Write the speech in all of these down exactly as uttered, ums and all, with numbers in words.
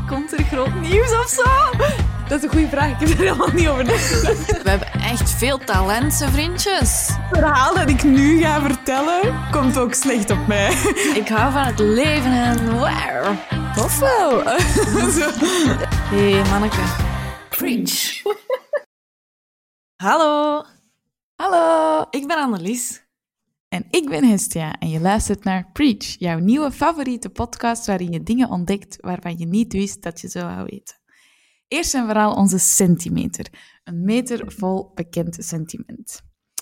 Komt er groot nieuws of zo? Dat is een goede vraag. Ik heb er helemaal niet over nagedacht. We hebben echt veel talent, ze vriendjes. Het verhaal dat ik nu ga vertellen, komt ook slecht op mij. Ik hou van het leven en wow. Tof wel. Zo. Hé, hey, manneke. Preach. Hallo. Hallo. Ik ben Annelies. En ik ben Hestia en je luistert naar Preach, jouw nieuwe favoriete podcast waarin je dingen ontdekt waarvan je niet wist dat je zou weten. Eerst en vooral onze centimeter. Een meter vol bekend sentiment.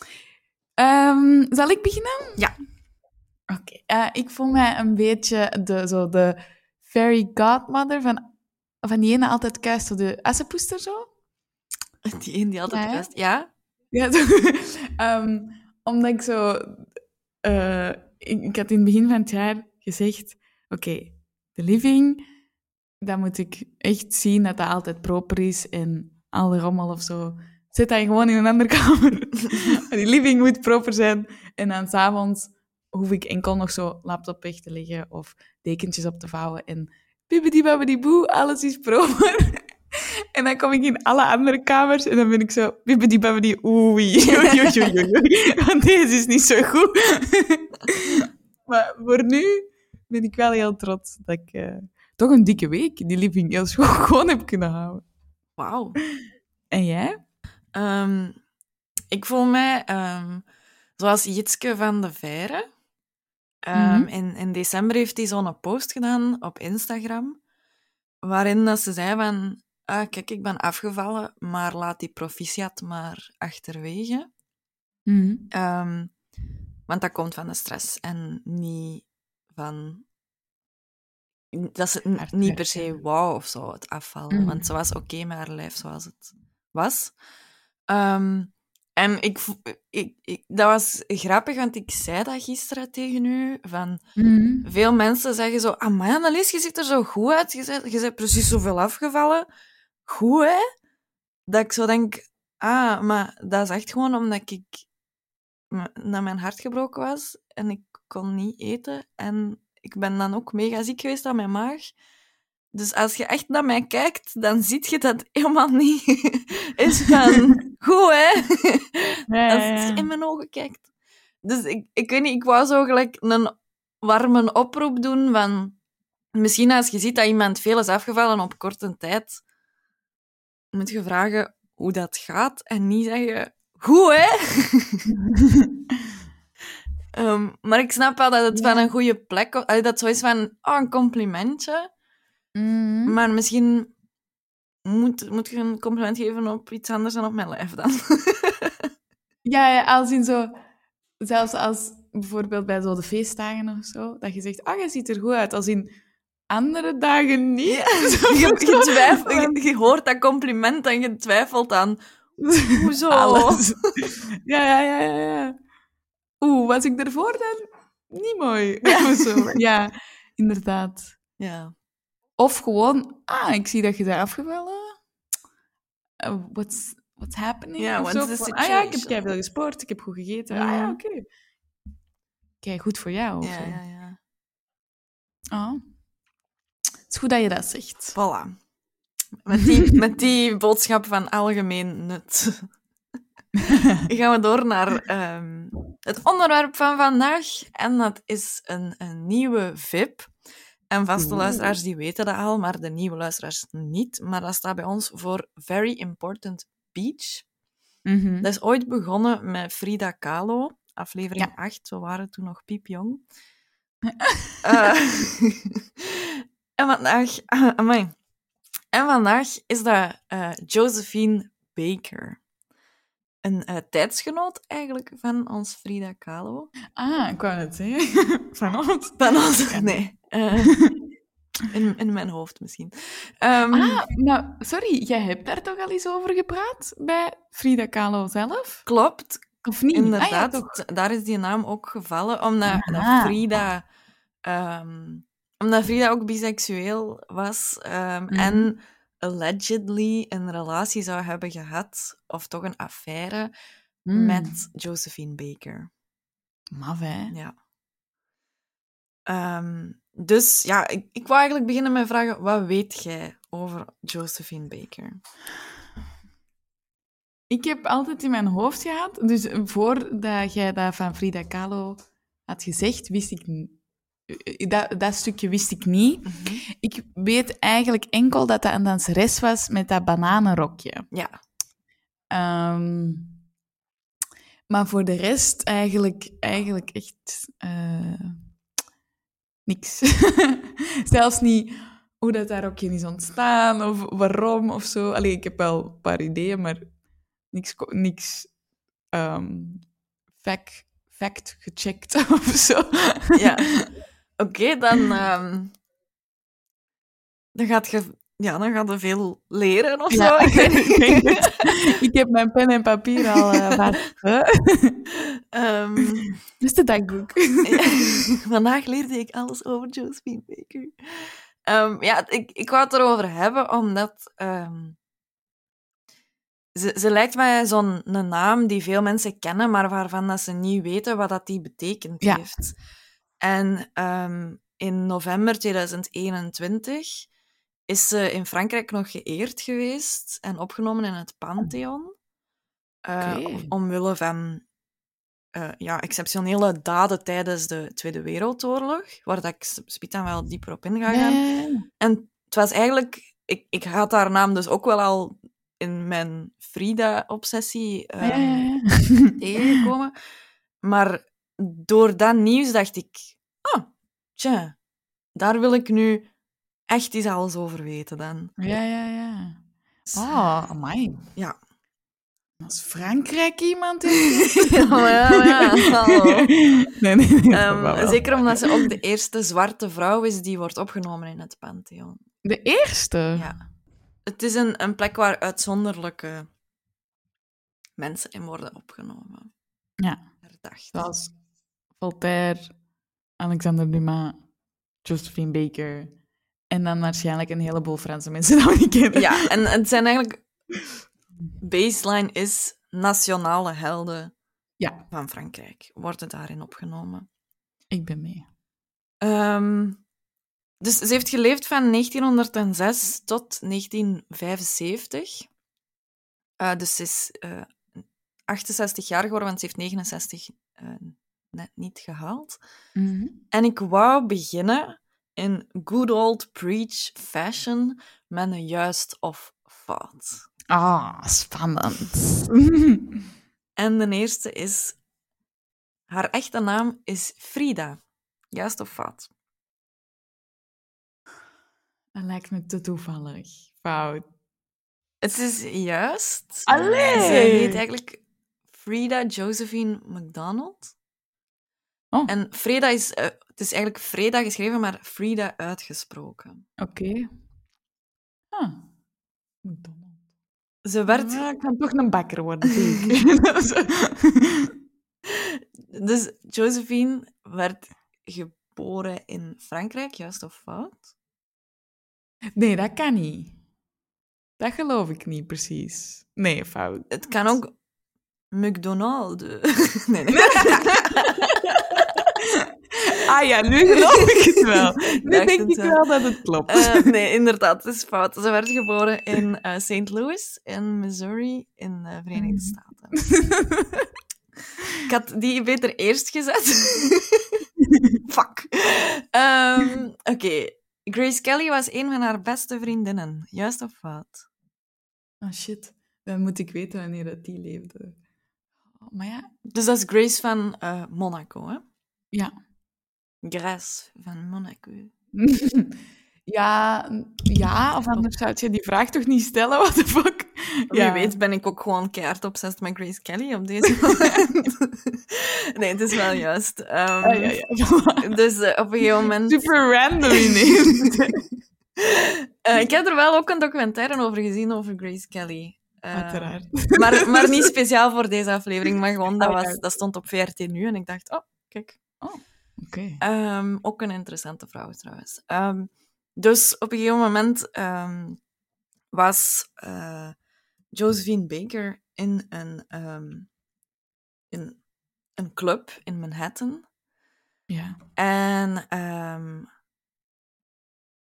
Um, zal ik beginnen? Ja. Oké. Okay. Uh, ik voel mij een beetje de, zo de fairy godmother van, van die ene altijd kuist, de assepoester zo. Die ene die altijd ja, kuist, ja? Ja, zo. um, omdat ik zo... Uh, ik, ik had in het begin van het jaar gezegd... Oké, okay, de living... Dan moet ik echt zien dat dat altijd proper is en alle rommel of zo. Zet dat gewoon in een andere kamer. Die living moet proper zijn. En dan 's avonds hoef ik enkel nog zo laptop weg te leggen of dekentjes op te vouwen. En bibbidi-babbidi-boe, alles is proper. En dan kom ik in alle andere kamers en dan ben ik zo bibbidi-babbidi, oei, oei, oei, oei, oei. Want deze is niet zo goed. Maar voor nu ben ik wel heel trots dat ik... Uh, toch een dikke week die living heel gewoon heb kunnen houden. Wauw. En jij? Um, ik voel mij um, zoals Jitske van de Veire. Um, mm-hmm. in, in december heeft hij zo'n post gedaan op Instagram, waarin dat ze zei van, ah, kijk, ik ben afgevallen, maar laat die proficiat maar achterwege. Mm-hmm. Um, want dat komt van de stress en niet van... Dat is n- niet per se wauw of zo, het afvallen. Mm. Want ze was oké okay met haar lijf zoals het was. Um, en ik, ik, ik, dat was grappig, want ik zei dat gisteren tegen u. Van, mm. Veel mensen zeggen zo... Amai, Annelies, je ziet er zo goed uit. Je bent, je bent precies zoveel afgevallen. Goed, hè? Dat ik zo denk... Ah, maar dat is echt gewoon omdat ik... dat mijn hart gebroken was. En ik kon niet eten. En... Ik ben dan ook mega ziek geweest aan mijn maag. Dus als je echt naar mij kijkt, dan zie je dat helemaal niet is van... Goed, hè? Ja, als ja, ja. je in mijn ogen kijkt. Dus ik, ik weet niet, ik wou zo gelijk een warme oproep doen van... Misschien als je ziet dat iemand veel is afgevallen op korte tijd, moet je vragen hoe dat gaat en niet zeggen... Goed, hè? Um, maar ik snap wel dat het ja. van een goede plek... Allee, dat zo is van, oh, een complimentje. Mm-hmm. Maar misschien moet, moet je een compliment geven op iets anders dan op mijn lijf dan. ja, ja, als in zo... Zelfs als bijvoorbeeld bij zo de feestdagen of zo, dat je zegt, ah, je ziet er goed uit. Als in andere dagen niet. Ja, je, je, twijfelt, je, je hoort dat compliment en je twijfelt aan... Hoezo? Alles. Ja, ja, ja, ja, ja. Oeh, was ik ervoor dan? Niet mooi. Ja, zo. Ja, inderdaad. Ja. Of gewoon, ah, ik zie dat je bent afgevallen. Uh, what's, what's happening? Ja, of what's zo. the situation? Ah ja, ik heb keiveel gesport, ik heb goed gegeten. Mm. Ah ja, oké. Okay. Kijk, goed voor jou. Of ja, zo. ja, ja. Oh. Het is goed dat je dat zegt. Voilà. Met die, met die boodschap van algemeen nut. gaan we door naar um, het onderwerp van vandaag. En dat is een, een nieuwe V I P. En vaste Oeh. luisteraars die weten dat al, maar de nieuwe luisteraars niet. Maar dat staat bij ons voor Very Important Beach. Mm-hmm. Dat is ooit begonnen met Frida Kahlo, aflevering ja. acht. We waren toen nog piepjong. uh, en vandaag... Uh, amai. En vandaag is dat uh, Josephine Baker. Een uh, tijdsgenoot eigenlijk van ons Frida Kahlo. Ah, ik wou het zeggen. Van ons? Van ons, nee. Uh, in, in mijn hoofd misschien. Um, ah, nou, sorry, jij hebt daar toch al eens over gepraat bij Frida Kahlo zelf? Klopt. Of niet? Inderdaad, ah, ja, daar is die naam ook gevallen, omdat dat Frida... Um, omdat Frida ook biseksueel was um, mm-hmm. en allegedly een relatie zou hebben gehad, of toch een affaire, mm. met Josephine Baker. Maf, hè? Ja. Um, dus ja, ik, ik wou eigenlijk beginnen met vragen, wat weet jij over Josephine Baker? Ik heb altijd in mijn hoofd gehad, dus voordat jij dat van Frida Kahlo had gezegd, wist ik niet. Dat, dat stukje wist ik niet. Mm-hmm. Ik weet eigenlijk enkel dat dat een danseres was met dat bananenrokje. Ja. Um, maar voor de rest eigenlijk, eigenlijk echt uh, niks. Zelfs niet hoe dat, dat rokje is ontstaan of waarom of zo. Allee, ik heb wel een paar ideeën, maar niks, niks um, fact, fact gecheckt of zo. Ja. Oké, okay, dan, um, dan gaat je... Ja, dan gaat je veel leren of ja, zo. Ik, weet het. Ik heb mijn pen en papier al uh, vast. um, dus de dagboek. Ja, vandaag leerde ik alles over Josephine Baker. Um, ja, ik, ik wou het erover hebben, omdat... Um, ze, ze lijkt mij zo'n naam die veel mensen kennen, maar waarvan dat ze niet weten wat dat die betekend ja. heeft. En um, in november tweeduizend eenentwintig is ze in Frankrijk nog geëerd geweest en opgenomen in het Pantheon. Uh, okay. Omwille van uh, ja, exceptionele daden tijdens de Tweede Wereldoorlog, waar dat ik spiet dan wel dieper op in ga gaan. Nee. En het was eigenlijk... Ik, ik had haar naam dus ook wel al in mijn Frida-obsessie um, ja, ja, ja. tegengekomen. Maar door dat nieuws dacht ik... Oh, tja, daar wil ik nu echt eens alles over weten dan. Ja, ja, ja. Oh, amai. Ja. Als Frankrijk iemand heeft... ja, maar ja, maar ja, hallo. Nee, nee, nee. Um, zeker omdat ze ook de eerste zwarte vrouw is die wordt opgenomen in het Pantheon. De eerste? Ja. Het is een, een plek waar uitzonderlijke mensen in worden opgenomen. Ja. Herdacht. Zoals Voltaire, Alexander Dumas, Josephine Baker... En dan waarschijnlijk een heleboel Franse mensen die we niet kennen. Ja, en het zijn eigenlijk... Baseline is nationale helden ja. van Frankrijk. Worden daarin opgenomen. Ik ben mee. Um, dus ze heeft geleefd van negentienhonderdzes tot negentien vijfenzeventig. Uh, dus ze is uh, achtenzestig jaar geworden, want ze heeft negenenzestig uh, net niet gehaald. Mm-hmm. En ik wou beginnen in good old preach fashion met een juist of fout. Ah, spannend. En de eerste is... Haar echte naam is Frida. Juist of fout? Dat lijkt me te toevallig. Fout. Het is juist. Allee! Ze heet eigenlijk Frida Josephine MacDonald. Oh. En Frida is... Uh, het is eigenlijk Freda geschreven, maar Frida uitgesproken. Oké. Okay. Ah. McDonald. Ze werd... Ja, ik kan toch een bakker worden. Dus Josephine werd geboren in Frankrijk, juist of fout? Nee, dat kan niet. Dat geloof ik niet precies. Nee, fout. Het kan ook McDonald. nee, nee. Ah ja, nu geloof ik het wel. Nu denk ik wel. wel dat het klopt. Uh, nee, inderdaad, het is fout. Ze werd geboren in uh, Saint Louis, in Missouri, in de Verenigde Staten. Ik had die beter eerst gezet. Fuck. Um, Oké. Okay. Grace Kelly was een van haar beste vriendinnen. Juist of fout? Oh shit. Dan moet ik weten wanneer dat die leefde. Oh, maar ja. Dus dat is Grace van uh, Monaco, hè? Ja. Grace van Monaco. ja, ja, of anders zou je die vraag toch niet stellen? What the fuck? Wie ja. weet ben ik ook gewoon keihard obsessed met Grace Kelly op deze moment. Nee, het is wel juist. Um, ah, ja, ja. Dus uh, op een gegeven moment... Super random ineens. uh, ik heb er wel ook een documentaire over gezien, over Grace Kelly. Uh, Uiteraard. Maar, maar niet speciaal voor deze aflevering, maar gewoon, dat, oh, was, ja. dat stond op V R T Nu en ik dacht, oh, kijk. Oh, oké. Okay. Um, ook een interessante vrouw, trouwens. Um, dus op een gegeven moment um, was uh, Josephine Baker in een, um, in een club in Manhattan. Ja. En um,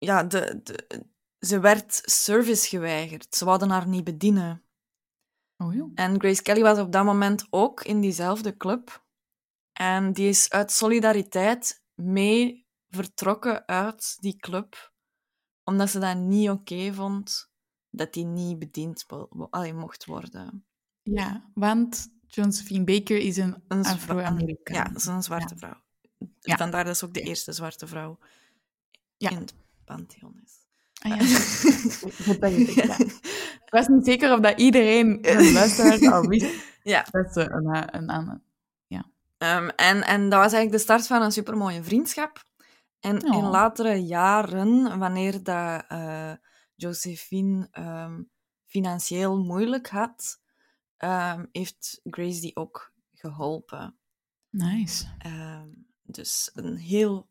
ja, de, de, ze werd service geweigerd. Ze wilden haar niet bedienen. Oh ja. En Grace Kelly was op dat moment ook in diezelfde club. En die is uit solidariteit mee vertrokken uit die club, omdat ze dat niet oké vond dat die niet bediend wo- wo- allee, mocht worden. Ja, want Josephine Baker is een Een zwa- Afro-Amerikaan. Ja, ze is een zwarte Ja. vrouw. Ja. Vandaar dat ze ook de eerste zwarte vrouw Ja. in het pantheon is. Ah, ja. Goed dat je zegt, ja. Ik was niet zeker of dat iedereen van de luisteraars al wist Ja. dat ze een, een, een, een Um, en, en dat was eigenlijk de start van een supermooie vriendschap. En Oh. in latere jaren, wanneer dat, uh, Josephine um, financieel moeilijk had, um, heeft Grace die ook geholpen. Nice. Um, dus een heel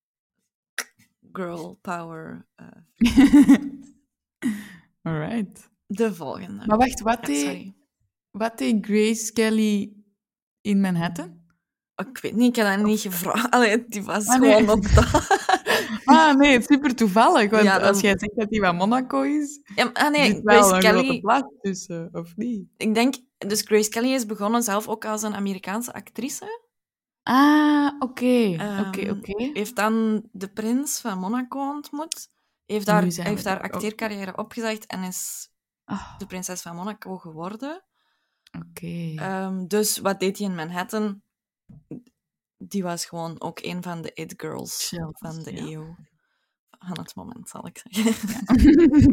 girl power. Uh, Alright. de volgende. Maar wacht, wat Ja, deed, sorry. wat deed Grace Kelly in Manhattan? Ik weet niet, ik heb dat niet gevraagd. Allee, die was Ah, nee. gewoon ook daar. Ah, nee, super toevallig. Want Ja, dan- als jij zegt dat hij van Monaco is, Ja, ah, nee, zit wel Grace een Kelly... grote plaats tussen, of niet? Ik denk... Dus Grace Kelly is begonnen zelf ook als een Amerikaanse actrice. Ah, oké. Ehm, Oké, oké. Heeft dan de prins van Monaco ontmoet. Heeft Nu daar, zijn we heeft haar er. acteercarrière opgezegd en is Ah, de prinses van Monaco geworden. oké. Ehm, dus wat deed hij in Manhattan? Die was gewoon ook een van de it girls Chill, van de ja. eeuw. Van het moment, zal ik zeggen. Ja.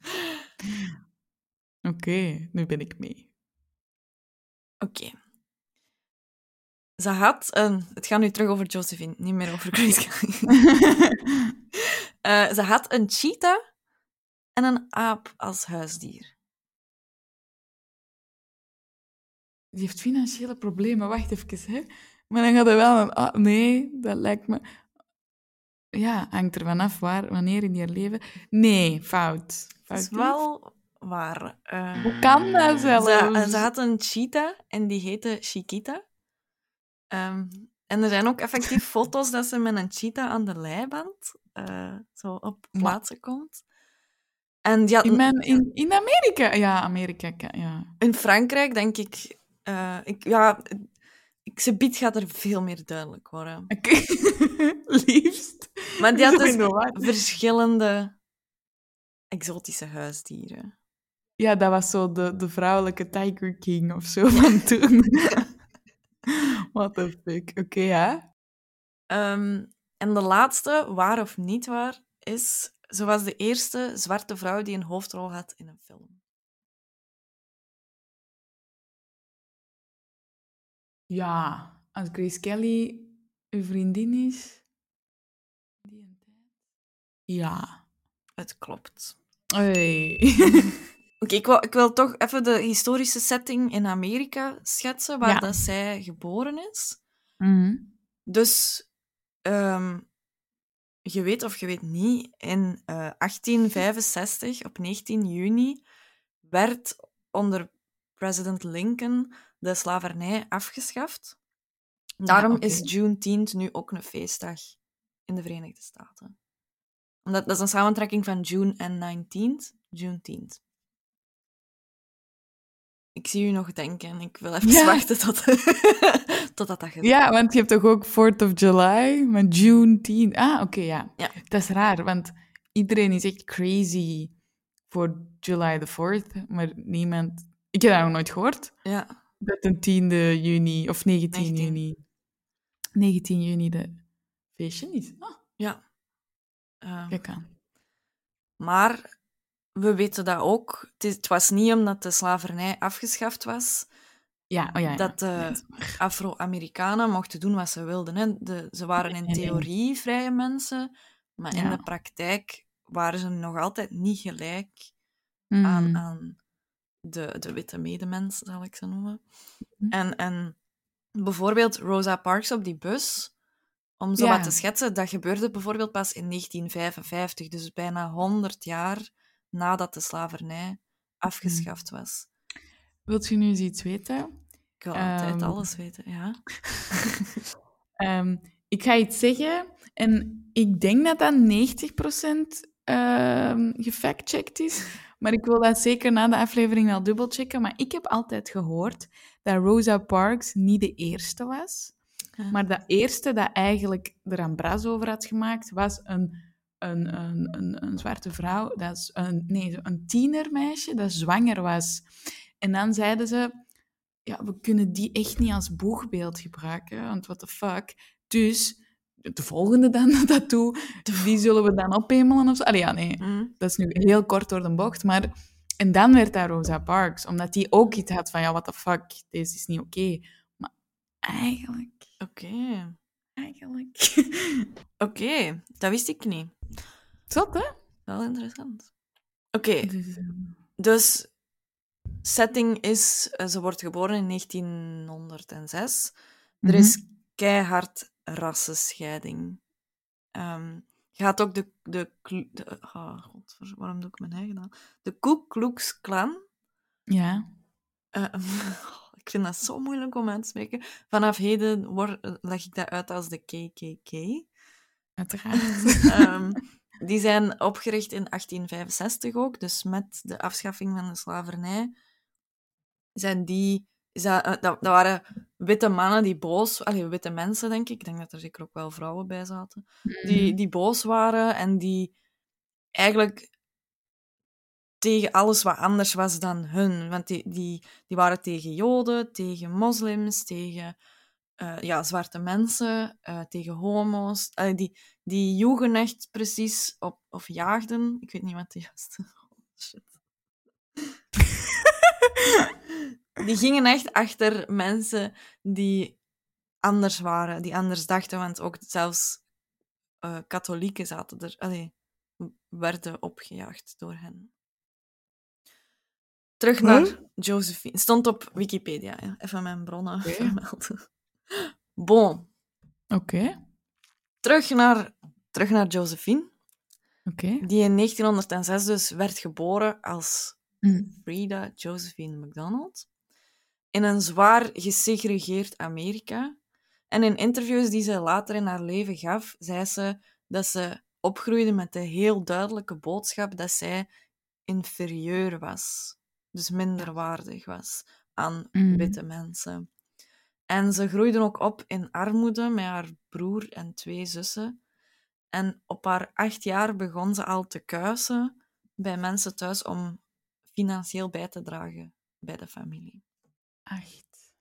Oké, nu ben ik mee. Oké. Ze had een... Het gaat nu terug over Josephine, niet meer over Grace Kelly. Uh, ze had een cheetah en een aap als huisdier. Die heeft financiële problemen. Wacht even, hè. Maar dan gaat er wel een... Ah, nee, dat lijkt me... Ja, hangt er vanaf waar, wanneer in je leven... Nee, fout. Het Fout is wel waar. Uh, Hoe kan dat zelfs? Ze, ze had een cheetah en die heette Chiquita. Um, en er zijn ook effectief foto's dat ze met een cheetah aan de leiband uh, zo op plaatsen komt. En die had in, mijn, in, in Amerika? Ja, Amerika, ja. In Frankrijk denk ik... Uh, ik ja, ik, ze biedt gaat er veel meer duidelijk worden. Okay. Liefst. Maar die had dus verschillende exotische huisdieren. Ja, dat was zo de, de vrouwelijke Tiger King of zo van toen. What the fuck. Oké, okay, ja. Um, en de laatste, waar of niet waar, is... Ze was de eerste zwarte vrouw die een hoofdrol had in een film. Ja, als Grace Kelly uw vriendin is... Ja. Het klopt. Hey. Oké, okay, ik, wil, ik wil toch even de historische setting in Amerika schetsen, waar ja. dat zij geboren is. Mm-hmm. Dus... Um, je weet of je weet niet, in uh, achttien vijfenzestig, op negentien juni, werd onder president Lincoln de slavernij afgeschaft. Daarom ja, okay. is Juneteenth nu ook een feestdag in de Verenigde Staten. Omdat, dat is een samentrekking van June en negentiende, Juneteenth. Ik zie u nog denken. Ik wil even ja. wachten tot, totdat dat gebeurt. Ja, want je hebt toch ook fourth of July, maar Juneteenth. Ah, oké, okay, ja. ja. Dat is raar, want iedereen is echt crazy voor July the fourth, maar niemand... Ik heb dat nog nooit gehoord. Ja. Dat een tiende juni, of negentien negentien juni... negentien juni de feestje is. Ah. Ja. Um, Kijk aan. Maar... We weten dat ook. Het, is, het was niet omdat de slavernij afgeschaft was, ja, oh ja, ja. dat de ja, Afro-Amerikanen mochten doen wat ze wilden. Hè. De, ze waren in theorie vrije mensen, maar ja. in de praktijk waren ze nog altijd niet gelijk mm. aan, aan de, de witte medemens, zal ik ze noemen. Mm. En, en bijvoorbeeld Rosa Parks op die bus, om zo ja. wat te schetsen, dat gebeurde bijvoorbeeld pas in negentien vijfenvijftig, dus bijna honderd jaar nadat de slavernij afgeschaft was. Wilt je nu eens iets weten? Ik wil altijd um, alles weten, ja. um, ik ga iets zeggen en ik denk dat dat negentig procent uh, gefactcheckt is. Maar ik wil dat zeker na de aflevering wel dubbelchecken. Maar ik heb altijd gehoord dat Rosa Parks niet de eerste was. Ja. Maar de eerste dat eigenlijk er een bras over had gemaakt, was een, een, een, een, een zwarte vrouw. Dat is een, nee, een tienermeisje dat zwanger was. En dan zeiden ze, ja, we kunnen die echt niet als boegbeeld gebruiken, want what the fuck. Dus de volgende dan dat dat doet, die zullen we dan ophemelen of zo. Allee, ja, nee, Mm. dat is nu heel kort door de bocht, maar... En dan werd dat Rosa Parks, omdat die ook iets had van, ja, what the fuck, deze is niet oké. Okay. Maar eigenlijk... Oké. Okay. Eigenlijk... Oké, okay, dat wist ik niet. Zot, hè? Wel interessant. Oké, okay. Dus, um... dus setting is... Ze wordt geboren in negentienhonderdzes. Mm-hmm. Er is keihard rassenscheiding. Um, gaat ook de... de, de oh, god, waarom doe ik mijn eigen naam? De Ku Klux Klan. Ja. Uh, ik vind dat zo moeilijk om uit te spreken. Vanaf heden word, leg ik dat uit als de K K K. Uiteraard. um, die zijn opgericht in achttien vijfenzestig ook, dus met de afschaffing van de slavernij zijn die... Dat, dat, dat waren witte mannen die boos... Allee, witte mensen, denk ik. Ik denk dat er zeker ook wel vrouwen bij zaten. Die, die boos waren en die eigenlijk tegen alles wat anders was dan hun. Want die, die, die waren tegen Joden, tegen moslims, tegen uh, ja, zwarte mensen, uh, tegen homo's. Uh, die, die joegen echt precies op... Of jaagden. Ik weet niet wat de juiste... Oh, shit. Die gingen echt achter mensen die anders waren, die anders dachten, want ook zelfs uh, katholieken zaten er, allee, werden opgejaagd door hen. Terug huh? naar Josephine. Stond op Wikipedia, ja. Even mijn bronnen okay. vermelden. Bon. Oké. Okay. Terug naar, terug naar Josephine. Oké. Okay. Die in negentienhonderdzes dus werd geboren als mm. Frida Josephine McDonald. In een zwaar gesegregeerd Amerika. En in interviews die ze later in haar leven gaf, zei ze dat ze opgroeide met de heel duidelijke boodschap dat zij inferieur was. Dus minder waardig was aan mm. witte mensen. En ze groeide ook op in armoede met haar broer en twee zussen. En op haar acht jaar begon ze al te kuisen bij mensen thuis om financieel bij te dragen bij de familie. Acht.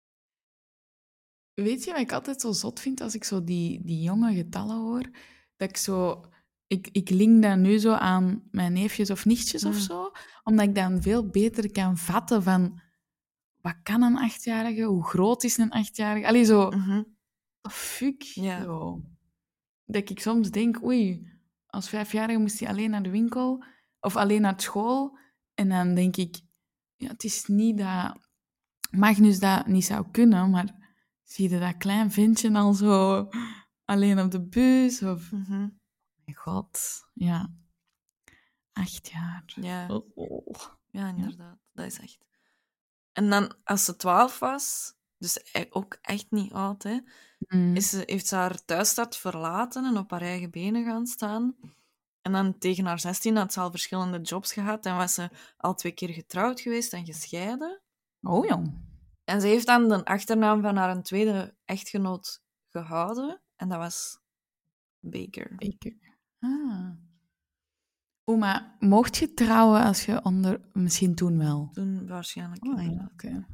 Weet je wat ik altijd zo zot vind als ik zo die, die jonge getallen hoor? Dat ik zo... Ik, ik link dat nu zo aan mijn neefjes of nichtjes mm. of zo, omdat ik dan veel beter kan vatten van... Wat kan een achtjarige? Hoe groot is een achtjarige? Allee, zo... Mm-hmm. Oh, fuck. Yeah. Zo. Dat ik soms denk, oei, als vijfjarige moest hij alleen naar de winkel of alleen naar school. En dan denk ik, ja, het is niet dat Magnus dat niet zou kunnen, maar zie je dat klein ventje al zo alleen op de bus? Of... Mm-hmm. Mijn god, ja. Acht jaar. Ja, oh, oh. ja inderdaad. Ja. Dat is echt... En dan, als ze twaalf was, dus ook echt niet oud, hè, mm. is ze, heeft ze haar thuisstad verlaten en op haar eigen benen gaan staan. En dan tegen haar zestien had ze al verschillende jobs gehad en was ze al twee keer getrouwd geweest en gescheiden. Oh, jong. En ze heeft dan de achternaam van haar tweede echtgenoot gehouden. En dat was Baker. Baker. Ah. Oh, maar mocht je trouwen als je onder... Misschien toen wel? Toen waarschijnlijk. Oh, ja, oké. Okay.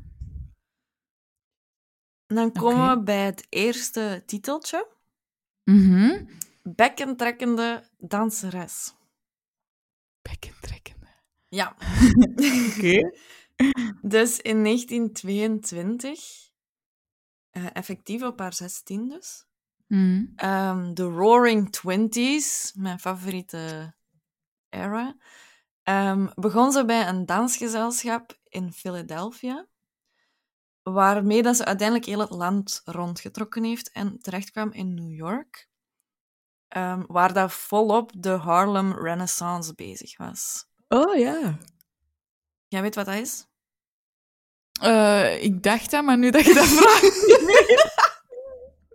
En dan komen okay. we bij het eerste titeltje. Mm-hmm. Bekkentrekkende danseres. Bekkentrekkende. Ja. Oké. Okay. Dus in negentien tweeëntwintig, uh, effectief op haar zestien dus, mm. um, de Roaring Twenties, mijn favoriete era, um, begon ze bij een dansgezelschap in Philadelphia, waarmee dat ze uiteindelijk heel het land rondgetrokken heeft en terechtkwam in New York, um, waar dat volop de Harlem Renaissance bezig was. Oh ja. Jij weet wat dat is? Uh, ik dacht dat, maar nu dat je dat vraagt...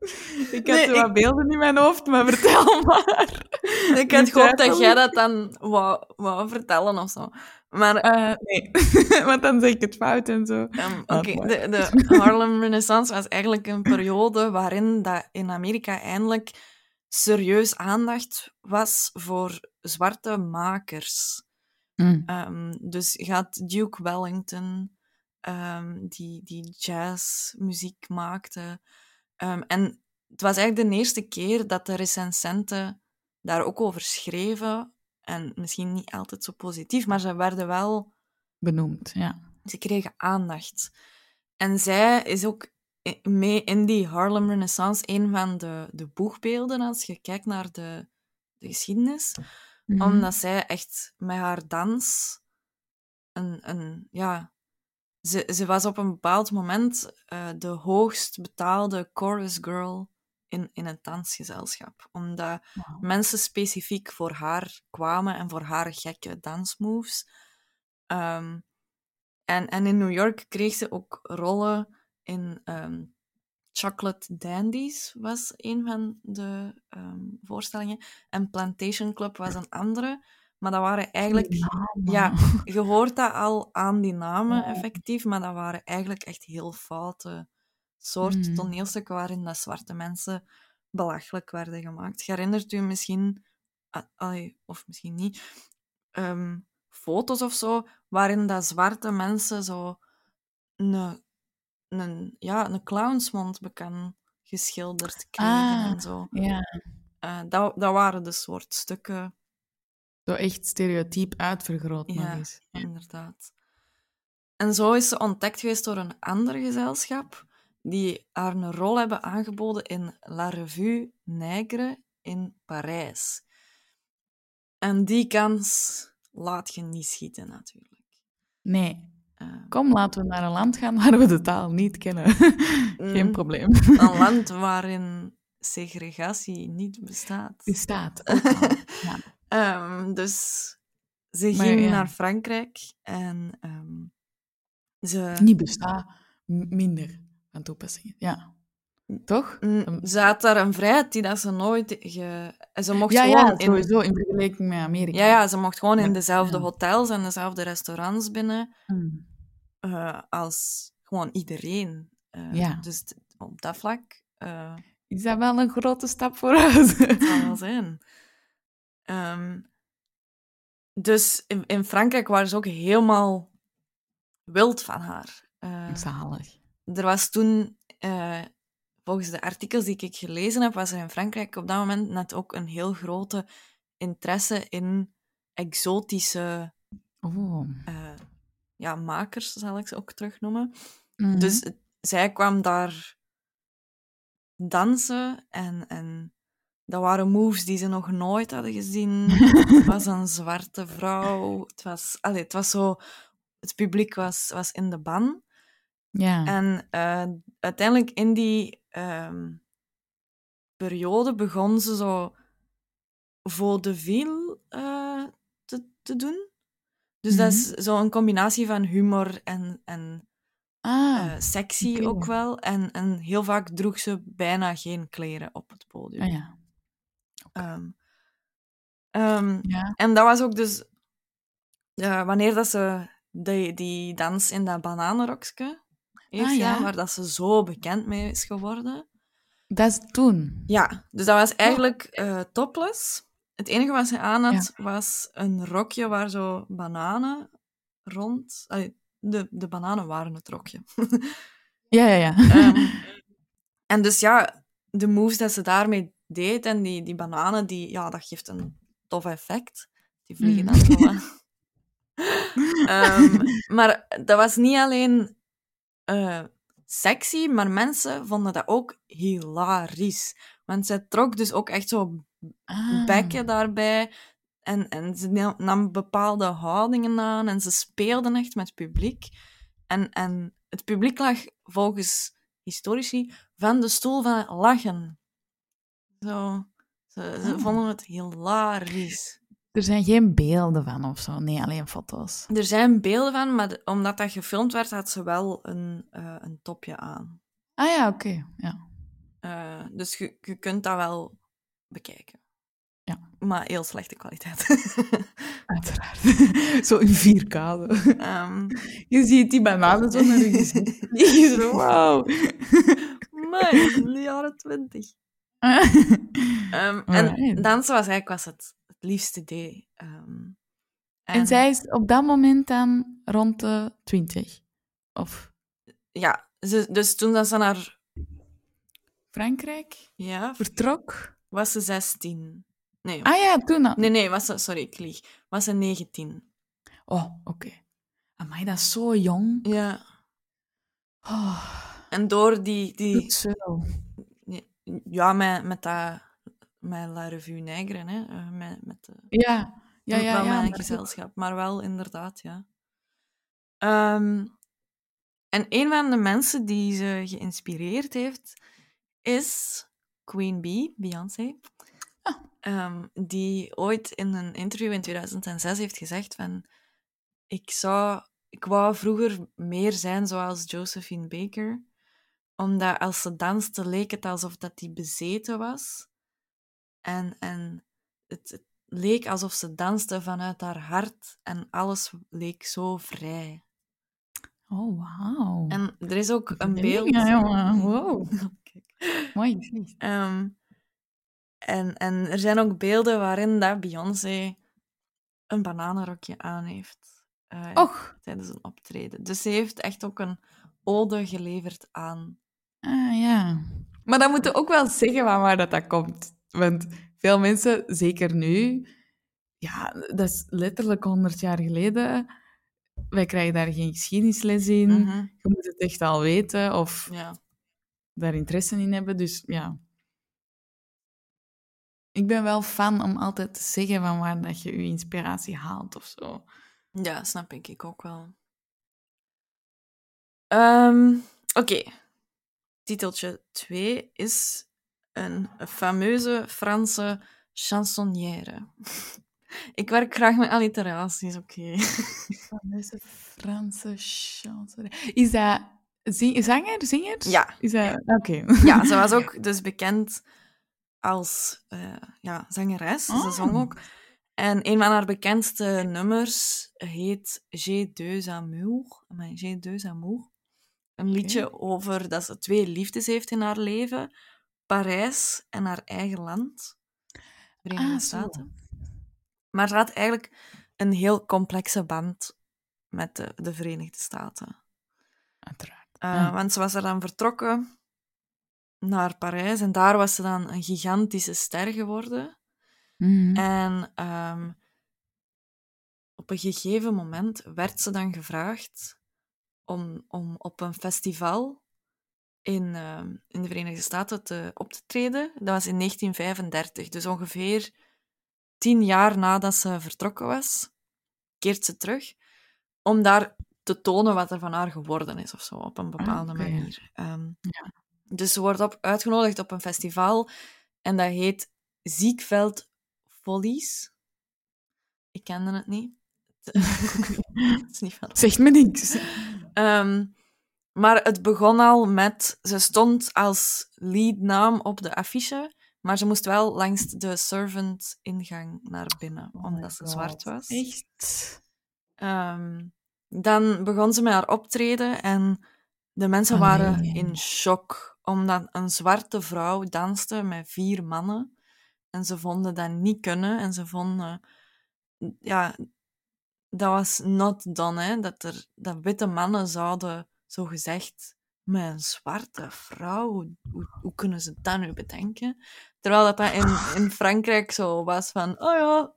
Ik had Nee, zo wat ik- beelden in mijn hoofd, maar vertel maar. Ik had Ik gehoopt dat twijfel jij niet. dat dan wou, wou vertellen of zo. Maar Eh, nee, want dan zeg ik het fout en zo. Ehm, Laat Oké, maar. de, de Harlem Renaissance was eigenlijk een periode waarin dat in Amerika eindelijk serieus aandacht was voor zwarte makers. Mm. Ehm, dus je had Duke Wellington, ehm, die, die jazzmuziek maakte. Ehm, en het was eigenlijk de eerste keer dat de recensenten daar ook over schreven. En misschien niet altijd zo positief, maar ze werden wel... Benoemd, ja. Ze kregen aandacht. En zij is ook i- mee in die Harlem Renaissance een van de, de boegbeelden als je kijkt naar de, de geschiedenis. Mhm. Omdat zij echt met haar dans een... een ja, ze, ze was op een bepaald moment eh, de hoogst betaalde chorus girl in, in het dansgezelschap. Omdat Wauw. mensen specifiek voor haar kwamen en voor haar gekke dansmoves. Ehm, en, en in New York kreeg ze ook rollen in ehm, Chocolate Dandies, was een van de ehm, voorstellingen. En Plantation Club was een andere. Maar dat waren eigenlijk... Namen. Ja, je hoort dat al aan die namen, Ja. effectief, maar dat waren eigenlijk echt heel foute soort Mhm. toneelstukken waarin dat zwarte mensen belachelijk werden gemaakt. Je herinnert u misschien, ah, allee, of misschien niet, ehm, foto's of zo, waarin dat zwarte mensen zo een, een, ja, een clownsmond bekend geschilderd kregen Ah, en zo. ja. Eh, dat, dat waren de soort stukken. Zo echt stereotyp uitvergroot nog Ja, eens. Ja. inderdaad. En zo is ze ontdekt geweest door een ander gezelschap die haar een rol hebben aangeboden in La Revue Nègre in Parijs. En die kans laat je niet schieten, natuurlijk. Nee. Eh, Kom, laten we naar een land gaan waar we de taal niet kennen. Geen Mm. probleem. een land waarin segregatie niet bestaat. Bestaat ook al. Ja. Ehm, dus ze Maar ging ja. naar Frankrijk en ehm, ze... Niet bestaat, m- minder van toepassing. Ja. Toch? Mm, Dan- Ze had daar een vrijheid die dat ze nooit... Ge... Ze mocht Ja, gewoon ja, in... sowieso in vergelijking met Amerika. Ja, ja, ze mocht gewoon in Maar- dezelfde ja. hotels en dezelfde restaurants binnen Mm. eh, als gewoon iedereen. Eh, Ja. Dus t- op dat vlak eh, Is dat wel een grote stap vooruit? het zal wel zijn. Ehm, dus in, in Frankrijk waren ze ook helemaal wild van haar. Eh, Zalig. er was toen, eh, volgens de artikels die ik gelezen heb, was er in Frankrijk op dat moment net ook een heel grote interesse in exotische Oh. eh, ja, makers, zal ik ze ook terugnoemen. Mhm. Dus het- zij kwam daar dansen en, en dat waren moves die ze nog nooit hadden gezien. Het was een zwarte vrouw. Het was, allee, het was zo... Het publiek was, was in de ban. Ja. En eh, uiteindelijk in die ehm, periode begon ze zo vaudeville eh, te, te doen. Dus dat is zo'n combinatie van humor en, en Ah, eh, sexy oké. ook wel. En, en heel vaak droeg ze bijna geen kleren op het podium. ah ja. Ehm, ehm, Ja. en dat was ook dus... eh, wanneer dat ze die, die dans in dat bananenrokje heeft Ah, ja. gedaan, waar dat ze zo bekend mee is geworden. Dat is toen. Ja, dus dat was eigenlijk eh, topless. Het enige wat ze aan had, was een rokje waar zo bananen rond... Allee, de, de bananen waren het rokje. Ja, ja, ja. Ehm, en dus ja, de moves dat ze daarmee deed en die, die bananen, die, ja, dat geeft een tof effect. Die vliegen Mm. dan zo wat. Ehm, maar dat was niet alleen eh, sexy, maar mensen vonden dat ook hilarisch. Want zij trok dus ook echt zo Ah. bekken daarbij. En, en ze nam- nam bepaalde houdingen aan en ze speelden echt met het publiek. En, en het publiek lag volgens historici van de stoel van het lachen. Zo. Ze, ze Oh. vonden het hilarisch. Er zijn geen beelden van of zo. Nee, alleen foto's. Er zijn beelden van, maar de- omdat dat gefilmd werd, had ze wel een, eh, een topje aan. Ah ja, oké. Ja. Uh, dus je, je kunt dat wel bekijken. Ja. Maar heel slechte kwaliteit. Uiteraard. Zo in vier K. Um, je ziet die bananen zo naar je gezicht vliegen. Zo, wow. Man, in de jaren twintig. um, en dansen was eigenlijk was het, het liefste deed. Um, en... en zij is op dat moment dan rond de twintig? Of... Ja, ze, dus toen dat ze naar... Frankrijk ja, vertrok... Was ze zestien. Nee. Ah ja, toen al. Nee, nee, was ze... Sorry, ik lieg. Was ze negentien. Oh, oké. Okay. Amai, dat is zo jong. Ja. Oh. En door die... die Goed zo. Ja, met, met dat... Met La Revue Nègre, hè. Uh, met, met de, ja, ja, ja. Wel ja, met een maar gezelschap, ook... maar wel inderdaad, ja. Um, en een van de mensen die ze geïnspireerd heeft, is Queen Bee, Beyoncé. Ah. Um, die ooit in een interview in tweeduizend zes heeft gezegd van... Ik zou... Ik wou vroeger meer zijn zoals Josephine Baker. Omdat als ze danste, leek het alsof dat die bezeten was. En, en het, het leek alsof ze danste vanuit haar hart. En alles leek zo vrij. Oh, wauw. En er is ook een beeld... Ja, jongen. Wow. Mooi gezegd. Um, en, en er zijn ook beelden waarin dat Beyoncé een bananenrokje aan heeft. Uh, Och. Tijdens een optreden. Dus ze heeft echt ook een ode geleverd aan... Ah, ja. Maar dan moeten we ook wel zeggen van waar dat, dat komt. Want veel mensen, zeker nu... Ja, dat is letterlijk honderd jaar geleden. Wij krijgen daar geen geschiedenisles in. Mm-hmm. Je moet het echt al weten of ja. daar interesse in hebben. Dus ja... Ik ben wel fan om altijd te zeggen van waar dat je je inspiratie haalt of zo. Ja, snap ik. Ik ook wel. Um, Oké. Okay. Titeltje twee is een fameuze Franse chansonnière. Ik werk graag met alliteraties, oké. Okay. Fameuze Franse chansonnière. Is dat zing- zanger, zinger? Ja. Is dat... Oké. Okay. Ja, ze was ook dus bekend als uh, ja, zangeres. Oh. Ze zong ook. En een van haar bekendste nummers heet J'ai deux amours. J'ai deux amours. Een liedje okay. over dat ze twee liefdes heeft in haar leven. Parijs en haar eigen land. Verenigde ah, Staten. Maar ze had eigenlijk een heel complexe band met de, de Verenigde Staten. Uiteraard. Uh, ja. Want ze was er dan vertrokken naar Parijs. En daar was ze dan een gigantische ster geworden. Mm-hmm. En um, op een gegeven moment werd ze dan gevraagd om, om op een festival in, uh, in de Verenigde Staten te, op te treden. Dat was in negentien vijfendertig, dus ongeveer tien jaar nadat ze vertrokken was, keert ze terug om daar te tonen wat er van haar geworden is, of zo, op een bepaalde okay. manier. Um, ja. Dus ze wordt op, uitgenodigd op een festival en dat heet Ziekveld Follies. Ik kende het niet. Het is niet van... Zegt me niks. Um, maar het begon al met... Ze stond als leadnaam op de affiche, maar ze moest wel langs de servant-ingang naar binnen, oh omdat ze God. zwart was. Echt? Um, dan begon ze met haar optreden en de mensen Allee. waren in shock, omdat een zwarte vrouw danste met vier mannen. En ze vonden dat niet kunnen. En ze vonden... Ja, dat was not done, hè. Dat, er, dat witte mannen zouden, zogezegd, met een zwarte vrouw... Hoe, hoe kunnen ze dat nu bedenken? Terwijl dat, dat in, in Frankrijk zo was van... Oh ja,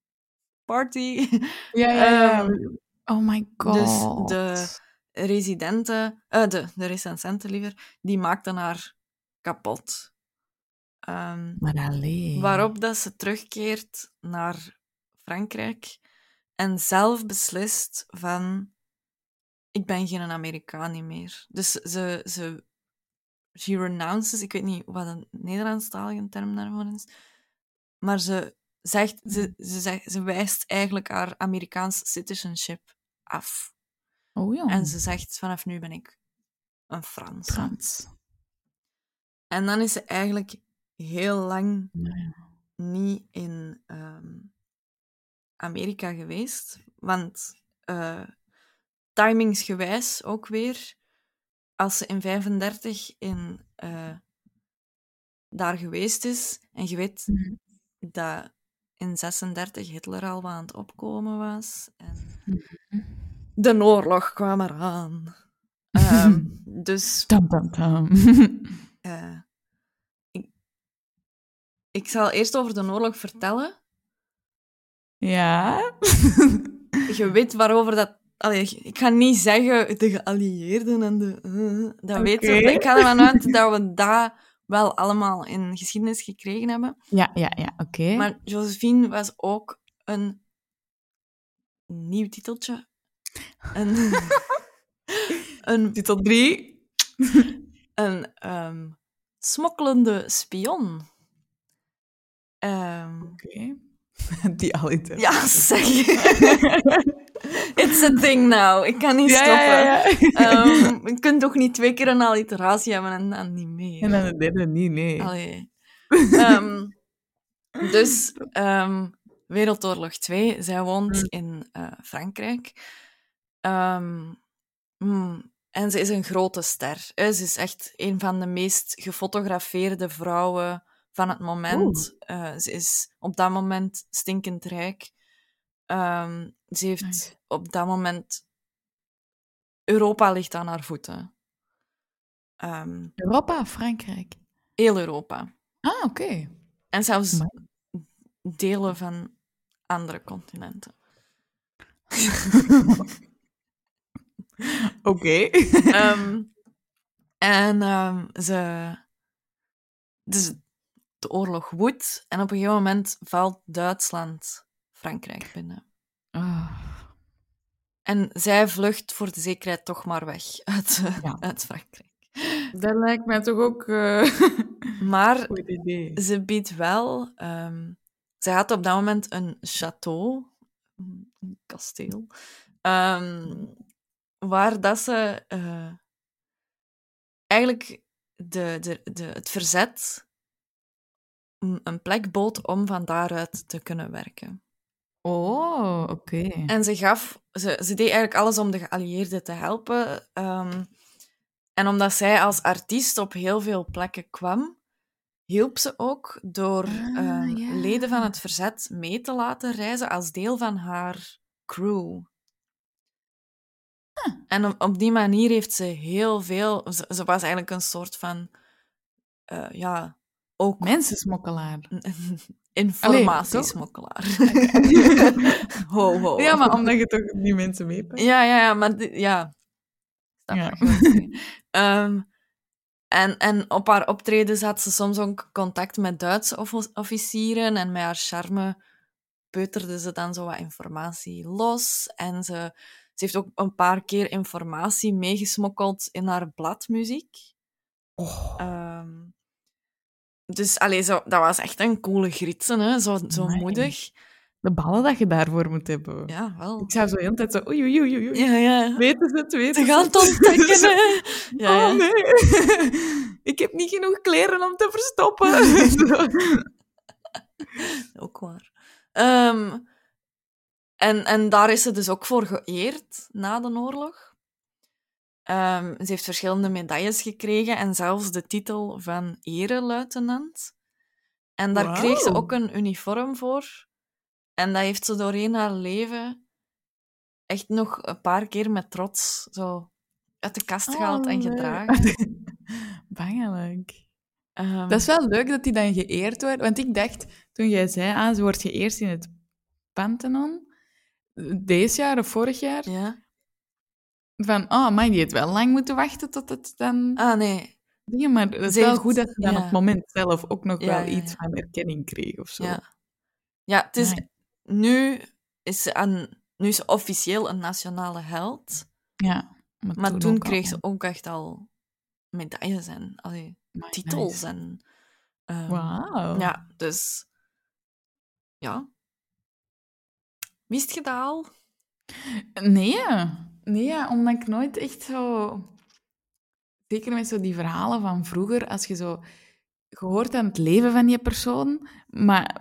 party. Ja, ja, ja. Um, oh my God. Dus de... residenten, uh, de, de recensenten liever, die maakten haar kapot. Um, maar allee. Waarop dat ze terugkeert naar Frankrijk en zelf beslist van ik ben geen Amerikaan meer. Dus ze, ze she renounces, ik weet niet wat een Nederlandstalige term daarvoor is, maar ze zegt, ze, ze, zegt, ze wijst eigenlijk haar Amerikaans citizenship af. Oh ja. En ze zegt, vanaf nu ben ik een Frans. Frans. En dan is ze eigenlijk heel lang Ja. niet in um, Amerika geweest. Want uh, timingsgewijs ook weer, als ze in vijfendertig in, uh, daar geweest is, en je weet Mm-hmm. dat in zesendertig Hitler al aan het opkomen was, en Mm-hmm. de oorlog kwam eraan. Um, dus... Tam, tam, tam. uh, ik, ik zal eerst over de oorlog vertellen. Ja. Je weet waarover dat... Allee, ik ga niet zeggen de geallieerden en de... Uh, dat okay. weten we. Ik ga ervan uit dat we dat wel allemaal in geschiedenis gekregen hebben. Ja, ja, ja, oké. Okay. Maar Josephine was ook een nieuw titeltje. Een... een titel drie. een um, smokkelende spion. Um, oké. Okay. Die alliteratie. Ja, zeg. It's a thing now. Ik kan niet ja, stoppen. Ja, ja, ja. Um, je kunt toch niet twee keer een alliteratie hebben en dan niet meer. En dan de derde niet, nee. Allee. Um, dus, um, Wereldoorlog twee. Zij woont mm. in uh, Frankrijk. Um, mm, en ze is een grote ster. Ze is echt een van de meest gefotografeerde vrouwen van het moment. Uh, ze is op dat moment stinkend rijk. Um, ze heeft nice. Op dat moment... Europa ligt aan haar voeten. Um, Europa of Frankrijk? Heel Europa. Ah, oké. Okay. En zelfs maar... delen van andere continenten. Oké. Okay. um, en um, ze... Dus de oorlog woedt en op een gegeven moment valt Duitsland Frankrijk binnen. Oh. En zij vlucht voor de zekerheid toch maar weg uit, uh, ja. uit Frankrijk. Dat lijkt mij toch ook... Uh... Maar ze biedt wel... Um, zij had op dat moment een château, een kasteel, um, waar dat ze uh, eigenlijk de, de, de, het verzet een plek bood om van daaruit te kunnen werken. Oh, oké. Okay. En ze gaf... Ze, ze deed eigenlijk alles om de geallieerden te helpen. Um, en omdat zij als artiest op heel veel plekken kwam, hielp ze ook door ah, um, ja. leden van het verzet mee te laten reizen als deel van haar crew. Huh. En op, op die manier heeft ze heel veel... Ze, ze was eigenlijk een soort van... Uh, ja, ook... Mensensmokkelaar. Informatiesmokkelaar. ho, ho. Ja, maar omdat je toch die mensen meepakt. Ja, ja, ja, maar... Die, ja. ja. um, en, en op haar optredens had ze soms ook contact met Duitse of- officieren en met haar charme peuterde ze dan zo wat informatie los. En ze, ze heeft ook een paar keer informatie meegesmokkeld in haar bladmuziek. Oh. Um, dus allee, zo, dat was echt een coole gritsen, hè? Zo, zo moedig. De ballen dat je daarvoor moet hebben. Ja, wel. Ik zou zo de hele tijd zo... Oei, oei, oei, oei. Ja, ja. Weten ze het, weten ze het. Ze gaan het ontdekken, hè. Ja, ja. Oh, nee. Ik heb niet genoeg kleren om te verstoppen. Ook waar. Um, en, en daar is ze dus ook voor geëerd, na de oorlog. Um, ze heeft verschillende medailles gekregen en zelfs de titel van ereluitenant. En daar wow. kreeg ze ook een uniform voor. En dat heeft ze doorheen haar leven echt nog een paar keer met trots zo uit de kast gehaald oh, en gedragen. Bangelijk. Um, dat is wel leuk dat die dan geëerd wordt. Want ik dacht, toen jij zei, ah, ze wordt geëerd in het Pantheon, deze jaar of vorig jaar, ja. van, oh, maar die heeft wel lang moeten wachten tot het dan... Ah, nee. Ja, maar het is ze wel heeft... goed dat ze dan ja. op het moment zelf ook nog ja, wel ja, iets ja. van erkenning kreeg of zo. Ja, ja het is... Nee. Nu is ze een, nu is ze officieel een nationale held. Ja. Maar, maar toen, toen kreeg al. ze ook echt al medailles en allee, nice. titels. En, um, Wauw. Ja, dus... Ja. Wist je dat al? Nee. Nee, omdat ik nooit echt zo... Zeker met zo die verhalen van vroeger, als je zo je hoort aan het leven van die persoon, maar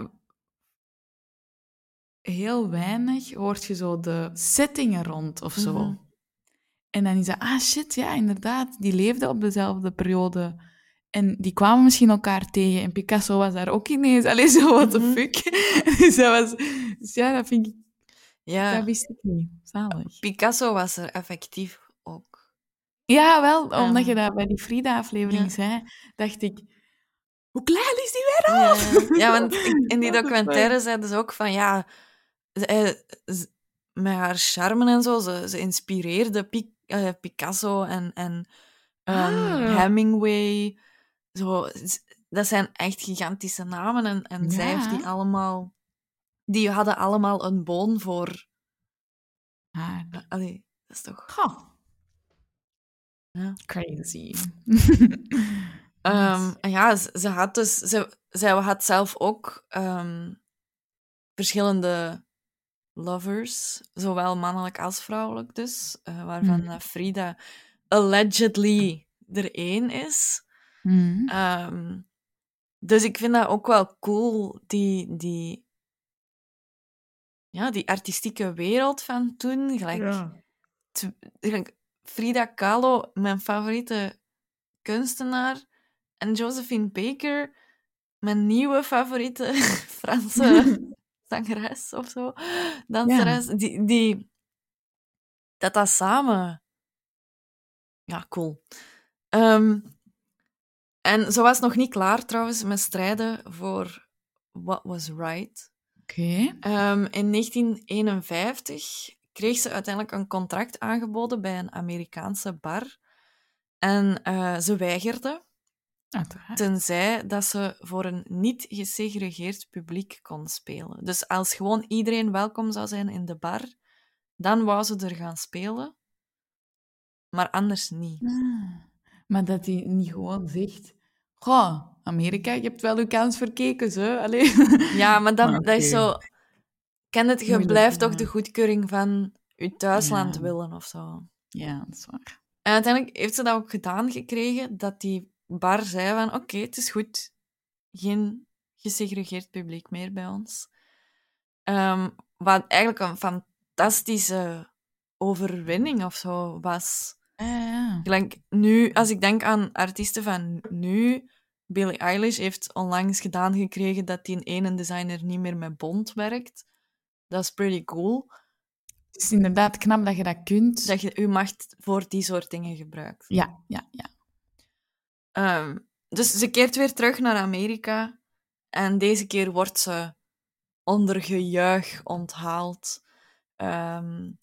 heel weinig hoort je zo de settingen rond of zo. Mhm. En dan is dat, ah shit, ja, inderdaad, die leefden op dezelfde periode. En die kwamen misschien elkaar tegen. En Picasso was daar ook ineens. Allee, zo, what the Mhm. fuck. Dus dat was... Dus ja, dat vind ik... Ja, Dat wist ik niet. Zalig. Picasso was er effectief ook. Ja, wel, omdat Ehm, je dat bij die Frida-aflevering ja. zei, dacht ik... Hoe klein is die weer Ja, al? ja. Ja, want ik- in die What the documentaire fuck? zeiden ze ook van, ja, ze- eh, z- met haar charme en zo, ze, ze inspireerde Pi- eh, Picasso en, en ehm, Ah, Hemingway. Zo, z- dat zijn echt gigantische namen en, en zij heeft die ja. allemaal... Die hadden allemaal een boon voor... Ah, eh, allee, dat is toch... goh. Ja. Crazy. Ehm, Nice. en ja, ze, ze had dus... Ze, zij had zelf ook ehm, verschillende lovers, zowel mannelijk als vrouwelijk dus, eh, waarvan Mm. eh, Frida allegedly er één is. Mm. Ehm, dus ik vind dat ook wel cool, die, die, ja, die artistieke wereld van toen. Gelijk, Ja. t- gelijk Frida Kahlo, mijn favoriete kunstenaar, en Josephine Baker, mijn nieuwe favoriete Franse zangeres of zo, danseres, die, die, dat dat samen... Ja, cool. Ehm, en ze was nog niet klaar trouwens met strijden voor What Was Right. Oké. Ehm, in negentien eenenvijftig kreeg ze uiteindelijk een contract aangeboden bij een Amerikaanse bar. En eh, ze weigerde, Uiteraard. tenzij dat ze voor een niet gesegregeerd publiek kon spelen. Dus als gewoon iedereen welkom zou zijn in de bar, dan wou ze er gaan spelen. Maar anders niet. Ah. Maar dat hij niet gewoon zegt... Goh, Amerika, je hebt wel uw kans verkeken, zo. Allee. Ja, maar dat, Maar dat is oké. zo... Ken het, je Moeilijk, blijft ja. toch de goedkeuring van je thuisland Ja. willen of zo. Ja, dat is waar. En uiteindelijk heeft ze dat ook gedaan gekregen, dat die bar zei van oké, okay, het is goed. Geen gesegregeerd publiek meer bij ons. Um, wat eigenlijk een fantastische overwinning of zo was. Ja, ja. Gelijk nu, als ik denk aan artiesten van nu... Billie Eilish heeft onlangs gedaan gekregen dat die ene designer niet meer met Bond werkt. Dat is pretty cool. Het is inderdaad knap dat je dat kunt. Dat je je macht voor die soort dingen gebruikt. Ja, ja, ja. Um, dus ze keert weer terug naar Amerika. En deze keer wordt ze onder gejuich onthaald. Um,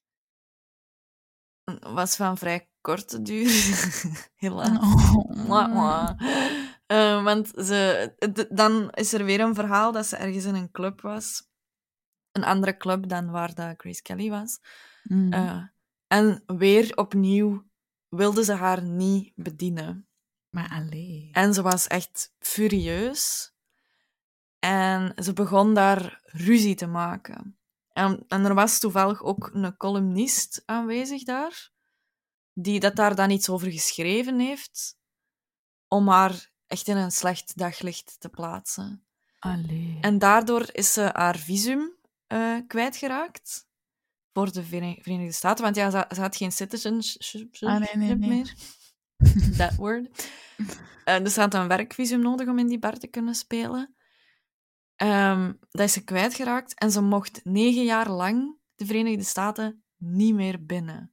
was van vrij korte duur. Helaas. Oh. Mwah, mwah. Uh, want ze, d- dan is er weer een verhaal dat ze ergens in een club was. Een andere club dan waar dat Grace Kelly was. Mm. Uh, en weer opnieuw wilde ze haar niet bedienen. Maar allee. En ze was echt furieus. En ze begon daar ruzie te maken. En, en er was toevallig ook een columnist aanwezig daar, die dat daar dan iets over geschreven heeft, om haar echt in een slecht daglicht te plaatsen. Allee. En daardoor is ze haar visum uh, kwijtgeraakt voor de Verenigde Staten. Want ja, ze, ze had geen citizenship Ah, nee, nee, nee. meer. That word. Uh, dus ze had een werkvisum nodig om in die bar te kunnen spelen. Um, dat is ze kwijtgeraakt. En ze mocht negen jaar lang de Verenigde Staten niet meer binnen.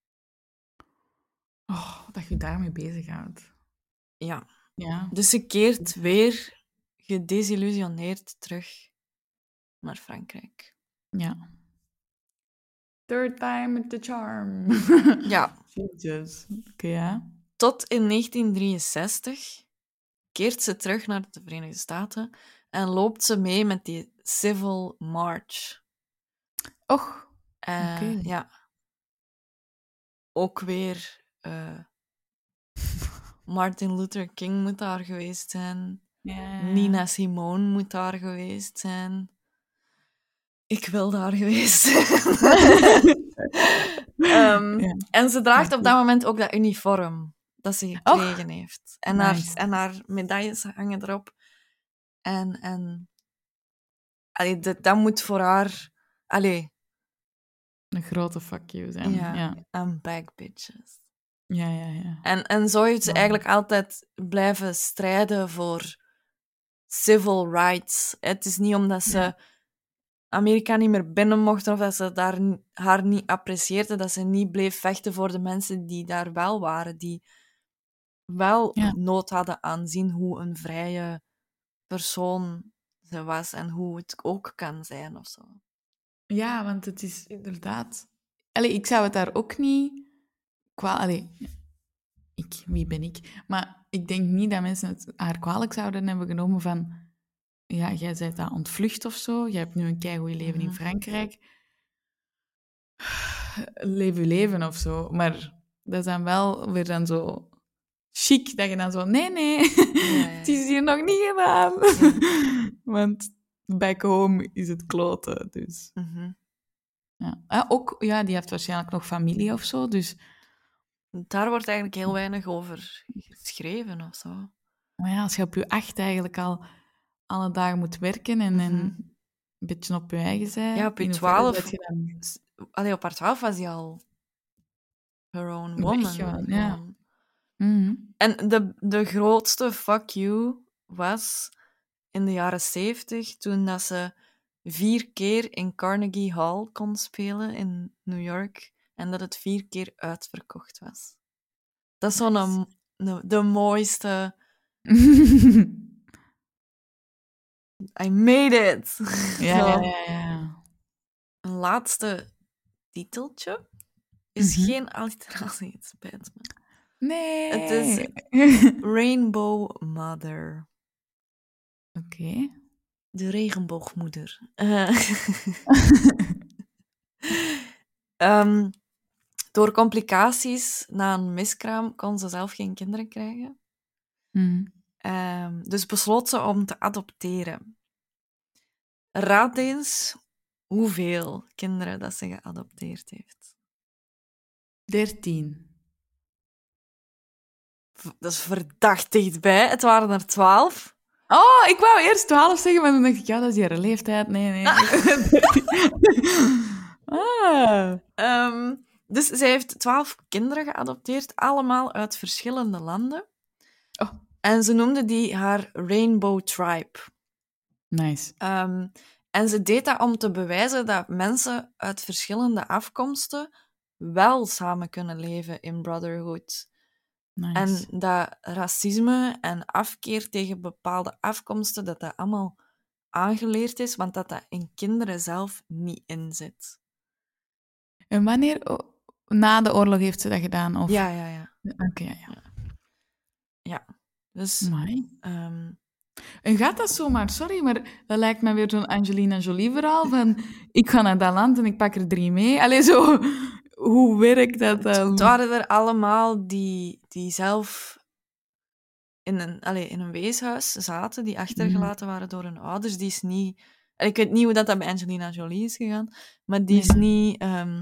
Oh, dat je daarmee bezighoudt. Ja. Ja. Dus ze keert weer gedesillusioneerd terug naar Frankrijk. Ja. Third time the charm. Ja. Jesus. Oké, okay, ja. Tot in negentien drieënzestig keert ze terug naar de Verenigde Staten en loopt ze mee met die Civil March. Och, uh, okay. Ja. Ook weer... Uh, Martin Luther King moet daar geweest zijn. Ja. Nina Simone moet daar geweest zijn. Ik wil daar geweest zijn. um, ja. En ze draagt op dat moment ook dat uniform. dat ze Och, gekregen heeft. En, haar, nice. en haar medailles hangen erop. En, en allee, dat, dat moet voor haar... Allee, Een grote fuck you zijn. ja, Ja, I'm back, bitches. ja, ja. ja. En, en zo heeft ze Wow. eigenlijk altijd blijven strijden voor civil rights. Het is niet omdat ze Ja. Amerika niet meer binnen mochten of dat ze daar, n- haar niet apprecieerde, dat ze niet bleef vechten voor de mensen die daar wel waren, die wel Ja. nood hadden aan zien hoe een vrije persoon ze was en hoe het ook kan zijn of zo. Ja, want het is inderdaad... Allee, ik zou het daar ook niet... Kwa... Allee, ik, wie ben ik? Maar ik denk niet dat mensen het haar kwalijk zouden hebben genomen van... Ja, jij bent dat ontvlucht of zo. Jij hebt nu een keigoed leven in Mhm. Frankrijk. Leef je leven of zo. Maar dat is dan wel weer dan zo chic dat je dan zo... Nee, nee, ja, het is hier nog niet gedaan. Want back home is het kloten, dus... Mhm. Ja. Ah, ook, ja, die heeft waarschijnlijk nog familie of zo, dus... Daar wordt eigenlijk heel weinig over geschreven of zo. Maar ja, als je op je acht eigenlijk al alle dagen moet werken en, en Mhm. een beetje op je eigen bent... Ja, op je in hoeverre twaalf... zet je dan s- Allee, op haar twaalf was hij al her own weg woman. gewoon, ja. gewoon. Mhm. En de, de grootste fuck you was in de jaren zeventig, toen dat ze vier keer in Carnegie Hall kon spelen in New York en dat het vier keer uitverkocht was. Dat is zo'n... Nice. een- de mooiste... I made it! ja, Zo. ja, ja, ja. Een laatste titeltje is Mhm. geen alliteratie, het spijt me. Nee. Het is Rainbow Mother. Oké. De regenboogmoeder. Eh, ehm, door complicaties na een miskraam kon ze zelf geen kinderen krijgen. Mhm. Ehm, dus besloot ze om te adopteren. Raad eens hoeveel kinderen dat ze geadopteerd heeft. dertien. V- Dat is verdacht dichtbij. Het waren er twaalf. Oh, ik wou eerst twaalf zeggen, maar dan dacht ik, ja, dat is je leeftijd. Nee, nee. ah. Ehm, dus zij heeft twaalf kinderen geadopteerd, allemaal uit verschillende landen. Oh, En ze noemde die haar Rainbow Tribe. nice. Ehm, en ze deed dat om te bewijzen dat mensen uit verschillende afkomsten wel samen kunnen leven in brotherhood. Nice. En dat racisme en afkeer tegen bepaalde afkomsten, dat dat allemaal aangeleerd is, want dat dat in kinderen zelf niet in zit. En wanneer... oh, na de oorlog heeft ze dat gedaan? Of... Ja, ja, ja. Oké, ja. ja. ja. Dus... Amai. ehm, En gaat dat zomaar? Sorry, maar dat lijkt me weer zo'n Angelina Jolie-verhaal van ik ga naar dat land en ik pak er drie mee. Allee, zo... Hoe werkt dat het, dan? het waren er allemaal die, die zelf in een, allee, in een weeshuis zaten, die achtergelaten waren door hun ouders. Die is niet... Ik weet niet hoe dat, dat bij Angelina Jolie is gegaan, maar die Nee, is nee. niet ehm,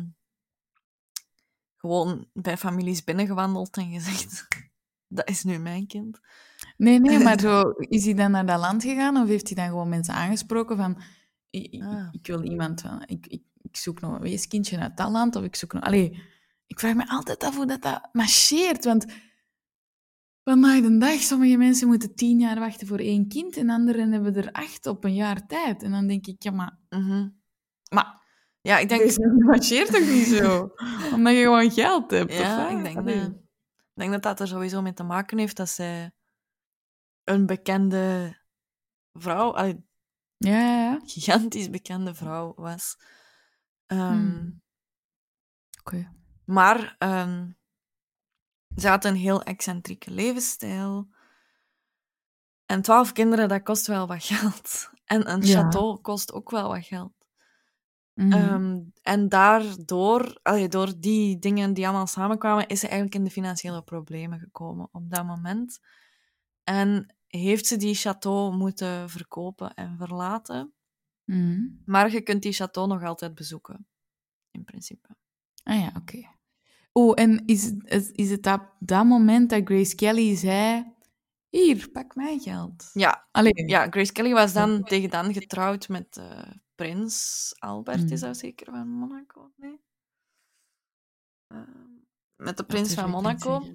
gewoon bij families binnengewandeld en gezegd dat is nu mijn kind. Nee, nee, maar zo, is hij dan naar dat land gegaan of heeft hij dan gewoon mensen aangesproken van ik, ik, Ah. ik wil iemand van, ik, ik, ik zoek nog een weeskindje uit dat land of ik zoek nog... Allee, ik vraag me altijd af hoe dat, dat marcheert, want vandaag de dag, sommige mensen moeten tien jaar wachten voor één kind en anderen hebben er acht op een jaar tijd. En dan denk ik, ja, maar... Mhm. Maar Ja, ik denk... deze marcheert toch niet zo? Omdat je gewoon geld hebt, of Ja, wat? ik denk, Allee. dat, ik denk dat dat er sowieso mee te maken heeft dat zij een bekende vrouw, allee, Ja, ja, ja. gigantisch bekende vrouw was. Ehm, Hmm. Oké. Maar ehm, ze had een heel excentrieke levensstijl. En twaalf kinderen, dat kost wel wat geld. En een Ja. château kost ook wel wat geld. Mhm. Ehm, en daardoor, allee, door die dingen die allemaal samenkwamen, is ze eigenlijk in de financiële problemen gekomen op dat moment. En heeft ze die château moeten verkopen en verlaten. Mhm. Maar je kunt die château nog altijd bezoeken, in principe. Ah ja, oké. Oh, en is, is, is het dat, dat moment dat Grace Kelly zei... Hier, pak mijn geld. Ja, Allee. ja, Grace Kelly was dan tegen dan getrouwd met uh, prins Albert, Mm. is dat zeker van Monaco? Nee? Uh, met de prins van Monaco.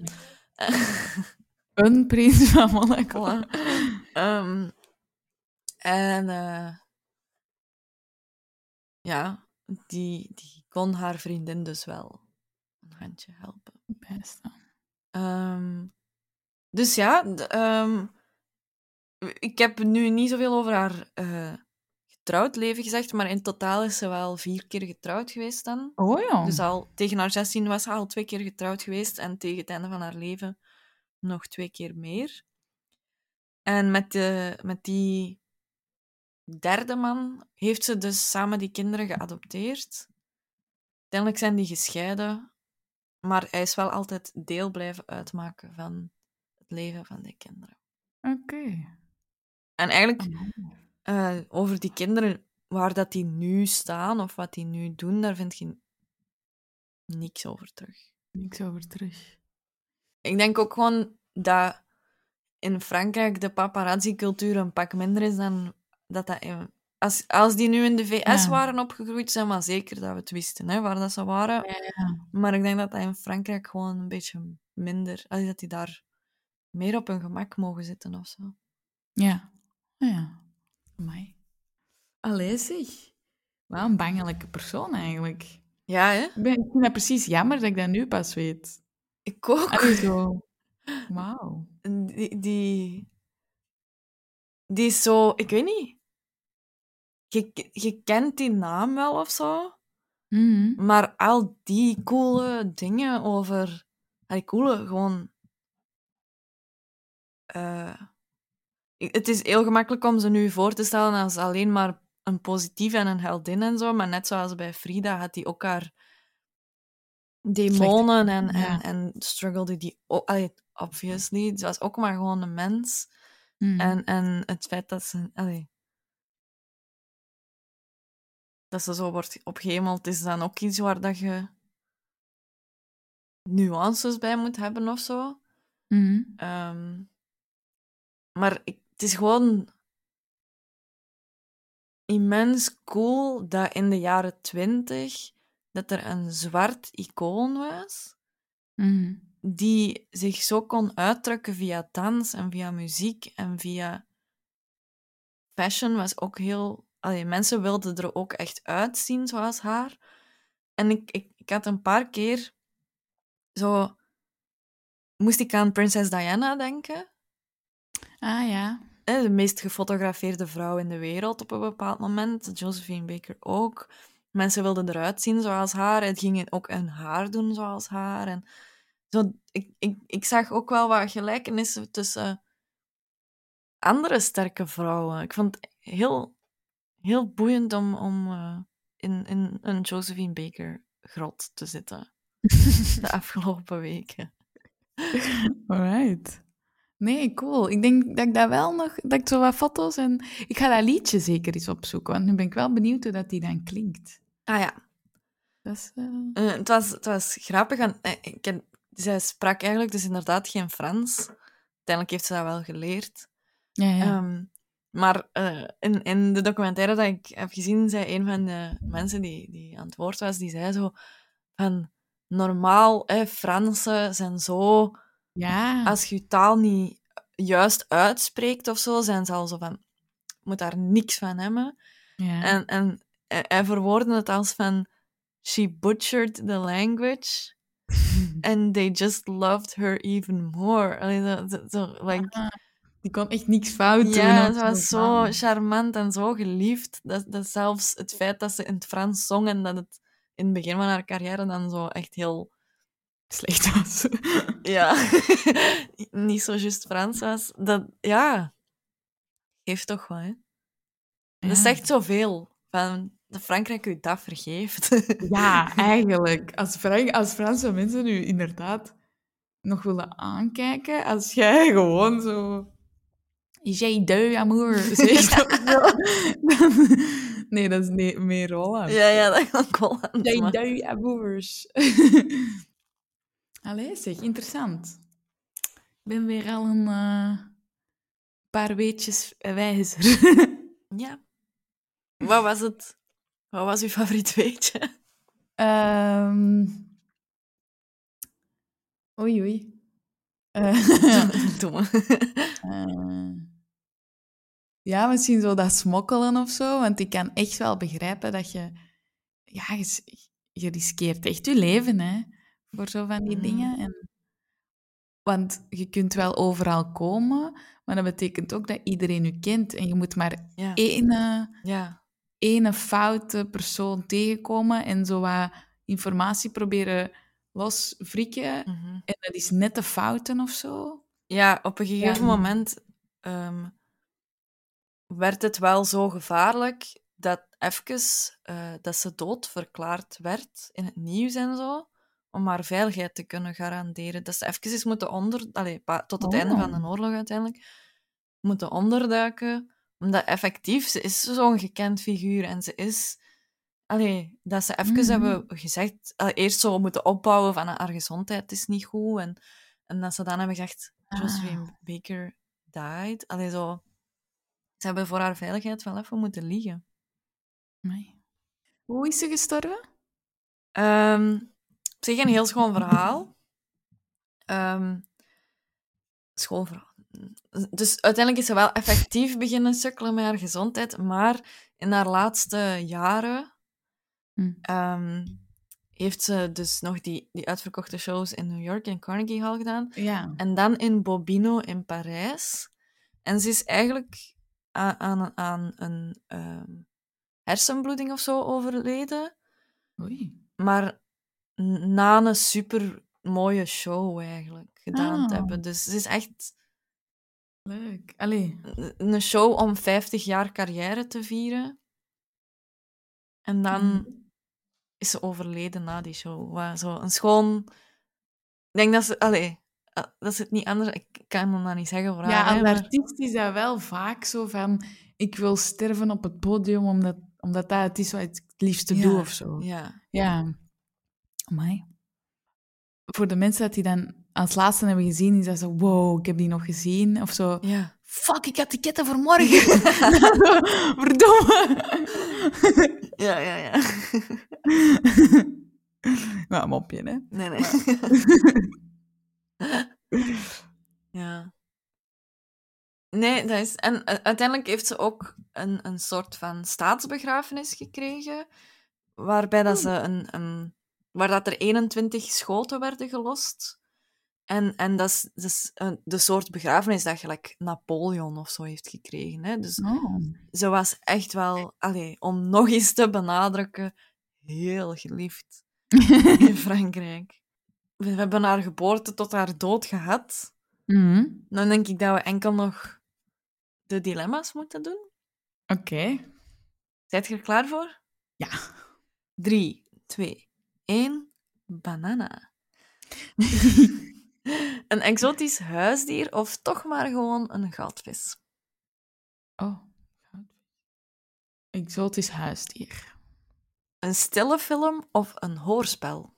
Een prins van Monaco. Voilà. Um, en uh, ja, die, die kon haar vriendin dus wel een handje helpen. Best. Um, dus ja, d- um, ik heb nu niet zoveel over haar uh, getrouwd leven gezegd, maar in totaal is ze wel vier keer getrouwd geweest dan. Oh ja. Dus al tegen haar zestien was ze al twee keer getrouwd geweest en tegen het einde van haar leven nog twee keer meer. En met, de, met die derde man heeft ze dus samen die kinderen geadopteerd. Uiteindelijk zijn die gescheiden, maar hij is wel altijd deel blijven uitmaken van het leven van die kinderen. Oké. Okay. En eigenlijk, uh, over die kinderen, waar dat die nu staan of wat die nu doen, daar vind je niks over terug. Niks over terug. Ik denk ook gewoon dat in Frankrijk de paparazzi-cultuur een pak minder is dan dat dat in... Als, als die nu in de V S ja. waren opgegroeid, zijn maar zeker dat we het wisten, hè, waar dat ze waren. Ja, ja. Maar ik denk dat dat in Frankrijk gewoon een beetje minder... Allee, dat die daar meer op hun gemak mogen zitten of zo. Ja. Ja. Amai. Allee, zeg. Wel een bangelijke persoon, eigenlijk. Ja, hè? Ik, ben, ik vind dat precies jammer dat ik dat nu pas weet. Ik ook. Allee, zo... Wauw. Die, die... Die is zo... Ik weet niet... Je, je kent die naam wel of zo, mm-hmm. maar al die coole dingen over... Die coole, gewoon... Uh, het is heel gemakkelijk om ze nu voor te stellen als alleen maar een positief en een heldin en zo, maar net zoals bij Frida had die ook haar demonen en, ja. en, en struggelde die ook... Allee, obviously, ze was ook maar gewoon een mens. Mm. En, en het feit dat ze... Allee, dat ze zo wordt opgehemeld, is dan ook iets waar dat je nuances bij moet hebben of zo. Mm-hmm. Um, maar ik, het is gewoon immens cool dat in de jaren twintig dat er een zwart icoon was mm-hmm. die zich zo kon uitdrukken via dans en via muziek en via fashion was ook heel... Allee, mensen wilden er ook echt uitzien zoals haar. En ik, ik, ik had een paar keer zo... Moest ik aan prinses Diana denken. Ah, ja. De meest gefotografeerde vrouw in de wereld op een bepaald moment. Josephine Baker ook. Mensen wilden eruit zien zoals haar. Het ging ook hun haar doen zoals haar. En zo, ik, ik, ik zag ook wel wat gelijkenissen tussen andere sterke vrouwen. Ik vond het heel, heel boeiend om, om uh, in, in een Josephine Baker grot te zitten. De afgelopen weken. Alright. Nee, cool. Ik denk dat ik dat wel nog... Dat ik zo wat foto's en... Ik ga dat liedje zeker eens opzoeken, want nu ben ik wel benieuwd hoe dat die dan klinkt. Ah ja. Dat is... Uh... Uh, het, was, het was grappig. En, uh, ik ken, zij sprak eigenlijk dus inderdaad geen Frans. Uiteindelijk heeft ze dat wel geleerd. Ja, ja. Um, maar uh, in, in de documentaire dat ik heb gezien, zei een van de mensen die, die aan het woord was, die zei zo van... Normaal, hè, Fransen zijn zo... Ja. Als je je taal niet juist uitspreekt of zo, zijn ze al zo van... Je moet daar niks van hebben. Ja. En, en hij verwoordde het als van... She butchered the language. And they just loved her even more. Allee, zo, zo, like, ah, die kon echt niks fout doen. Ja, ze was zo charmant en zo geliefd. Dat, dat zelfs het feit dat ze in het Frans zong en dat het in het begin van haar carrière dan zo echt heel... slecht was. Ja, niet zo juist Frans was. Dat, ja, geeft toch wel, hè. Ja. Dat zegt zoveel, van dat Frankrijk u dat vergeeft. Ja, eigenlijk. Als, Frank, als Franse mensen u inderdaad nog willen aankijken, als jij gewoon zo... J'ai deux amour, zegt of zo. Nee, dat is nee, meer Holland. Ja, ja, dat kan Holland. J'ai deux amours. Allee, zeg, interessant. Ik ben weer al een uh, paar weetjes wijzer. Ja. Wat was het? Wat was uw favoriet weetje? um, oei, oei. Uh, Domme. uh, ja, misschien zo dat smokkelen of zo. Want ik kan echt wel begrijpen dat je... Ja, je, je riskeert echt je leven, hè. Voor zo van die mm. dingen. En, want je kunt wel overal komen, maar dat betekent ook dat iedereen je kent. En je moet maar ja. ene, ja. ene foute persoon tegenkomen en zo wat informatie proberen loswrikken. Mm-hmm. En dat is net de fouten of zo. Ja, op een gegeven ja. moment um, werd het wel zo gevaarlijk dat even uh, dat ze dood verklaard werd in het nieuws en zo, om haar veiligheid te kunnen garanderen. Dat ze even eens moeten onder... Allee, tot het oh. einde van de oorlog uiteindelijk moeten onderduiken, omdat effectief, ze is zo'n gekend figuur en ze is... Allee, dat ze even mm-hmm. hebben gezegd... Allee, eerst zo moeten opbouwen van haar gezondheid is niet goed, en, en dat ze dan hebben gezegd, Josephine ah. Baker died. Allee, zo... Ze hebben voor haar veiligheid wel even moeten liegen. Nee. Hoe is ze gestorven? Um, op zich een heel schoon verhaal. Um, schoon verhaal. Dus uiteindelijk is ze wel effectief beginnen sukkelen met haar gezondheid, maar in haar laatste jaren hm. um, heeft ze dus nog die, die uitverkochte shows in New York in Carnegie Hall gedaan. Ja. En dan in Bobino in Parijs. En ze is eigenlijk aan, aan, aan een um, hersenbloeding of zo overleden. Oei. Maar na een super mooie show eigenlijk gedaan oh. te hebben. Dus het is echt... Leuk. Allee. Een show om vijftig jaar carrière te vieren. En dan mm. is ze overleden na die show. Wow, zo een schoon... Ik denk dat ze... Allee, dat is het niet anders... Ik kan het niet zeggen voor haar. Ja, als maar... artiest is dat wel vaak zo van... Ik wil sterven op het podium, omdat, omdat dat het is wat ik het liefste ja, doe of zo. Ja. Ja. Amai. Voor de mensen die dan als laatste hebben gezien, is dat zo... Wow, ik heb die nog gezien. Of zo... Ja. Fuck, ik had ticketten voor morgen. Verdomme. Ja, ja, ja. Nou, een mopje, hè? Nee, nee. Ja. Nee, dat is... En uh, uiteindelijk heeft ze ook een, een soort van staatsbegrafenis gekregen, waarbij dat ze een, een... Waar dat er eenentwintig schoten werden gelost. En, en dat is, dat is een, de soort begrafenis dat gelijk Napoleon of zo heeft gekregen. Hè? Dus oh. ze was echt wel, allee, om nog eens te benadrukken, heel geliefd in Frankrijk. We hebben haar geboorte tot haar dood gehad. Mm-hmm. Dan denk ik dat we enkel nog de dilemma's moeten doen. Oké. Okay. Zijt je er klaar voor? Ja. Drie, twee, één. Banana. Een exotisch huisdier of toch maar gewoon een goudvis? Oh, exotisch huisdier. Een stille film of een hoorspel?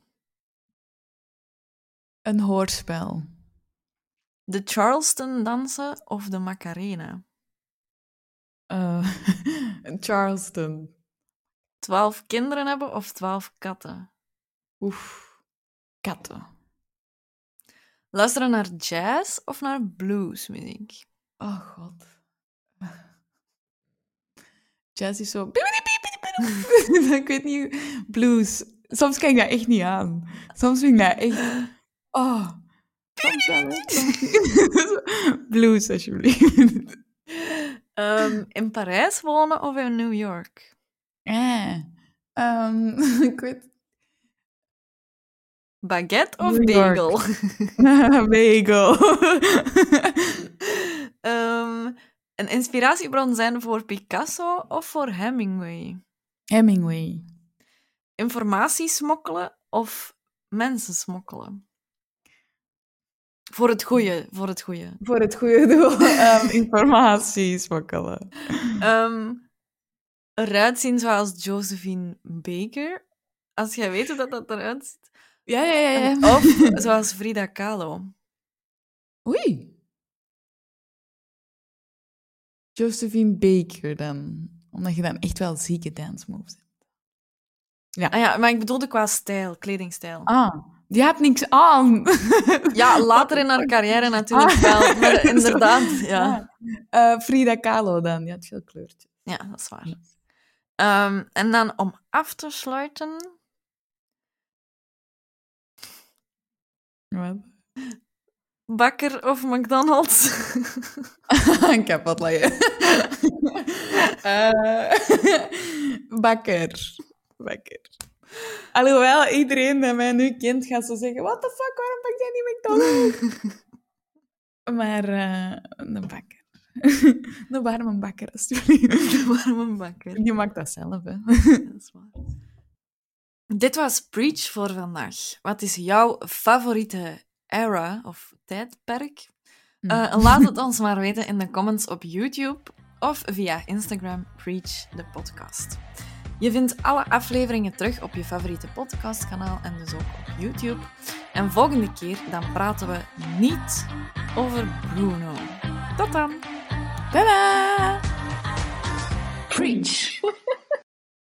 Een hoorspel. De Charleston dansen of de Macarena? Uh, Charleston. Twaalf kinderen hebben of twaalf katten? Oef, katten. Luisteren naar jazz of naar bluesmuziek? Oh god. Jazz is zo... Ik weet niet... Blues. Soms kan ik dat echt niet aan. Soms vind ik dat echt... Oh. Soms wel, hè. Blues, alsjeblieft. Um, in Parijs wonen of in New York? Eh. Um, ik weet... Baguette of bagel? Bagel. um, een inspiratiebron zijn voor Picasso of voor Hemingway? Hemingway. Informatie smokkelen of mensen smokkelen? Voor het goeie, voor het goeie. Voor het goede doel. um, informatie smokkelen. Um, eruit zien zoals Josephine Baker. Als jij weet hoe dat, dat eruit ziet. Ja, ja, ja. ja. Of zoals Frida Kahlo. Oei. Josephine Baker dan. Omdat je dan echt wel zieke dance moves hebt. Ja. Ah ja, maar ik bedoelde qua stijl, kledingstijl. Ah, die had niks aan. Ja, later in haar carrière natuurlijk Ah. wel. Maar inderdaad, ja. Ah. Uh, Frida Kahlo dan, die had veel kleurtjes. Ja, dat is waar. Um, en dan om af te sluiten... Wat? Bakker of McDonald's? Kapot lachen. uh, bakker. Bakker. Alhoewel iedereen die mij nu kent gaat zo zeggen... What the fuck, waarom pak jij niet McDonald's? Maar uh, een bakker. Een warme bakker, alsjeblieft. Een warme bakker. Die maakt dat zelf, hè. Dat is waar. Dit was Preach voor vandaag. Wat is jouw favoriete era of tijdperk? Uh, laat het ons maar weten in de comments op YouTube of via Instagram Preach de podcast. Je vindt alle afleveringen terug op je favoriete podcastkanaal en dus ook op YouTube. En volgende keer dan praten we niet over Bruno. Tot dan! Tada! Preach.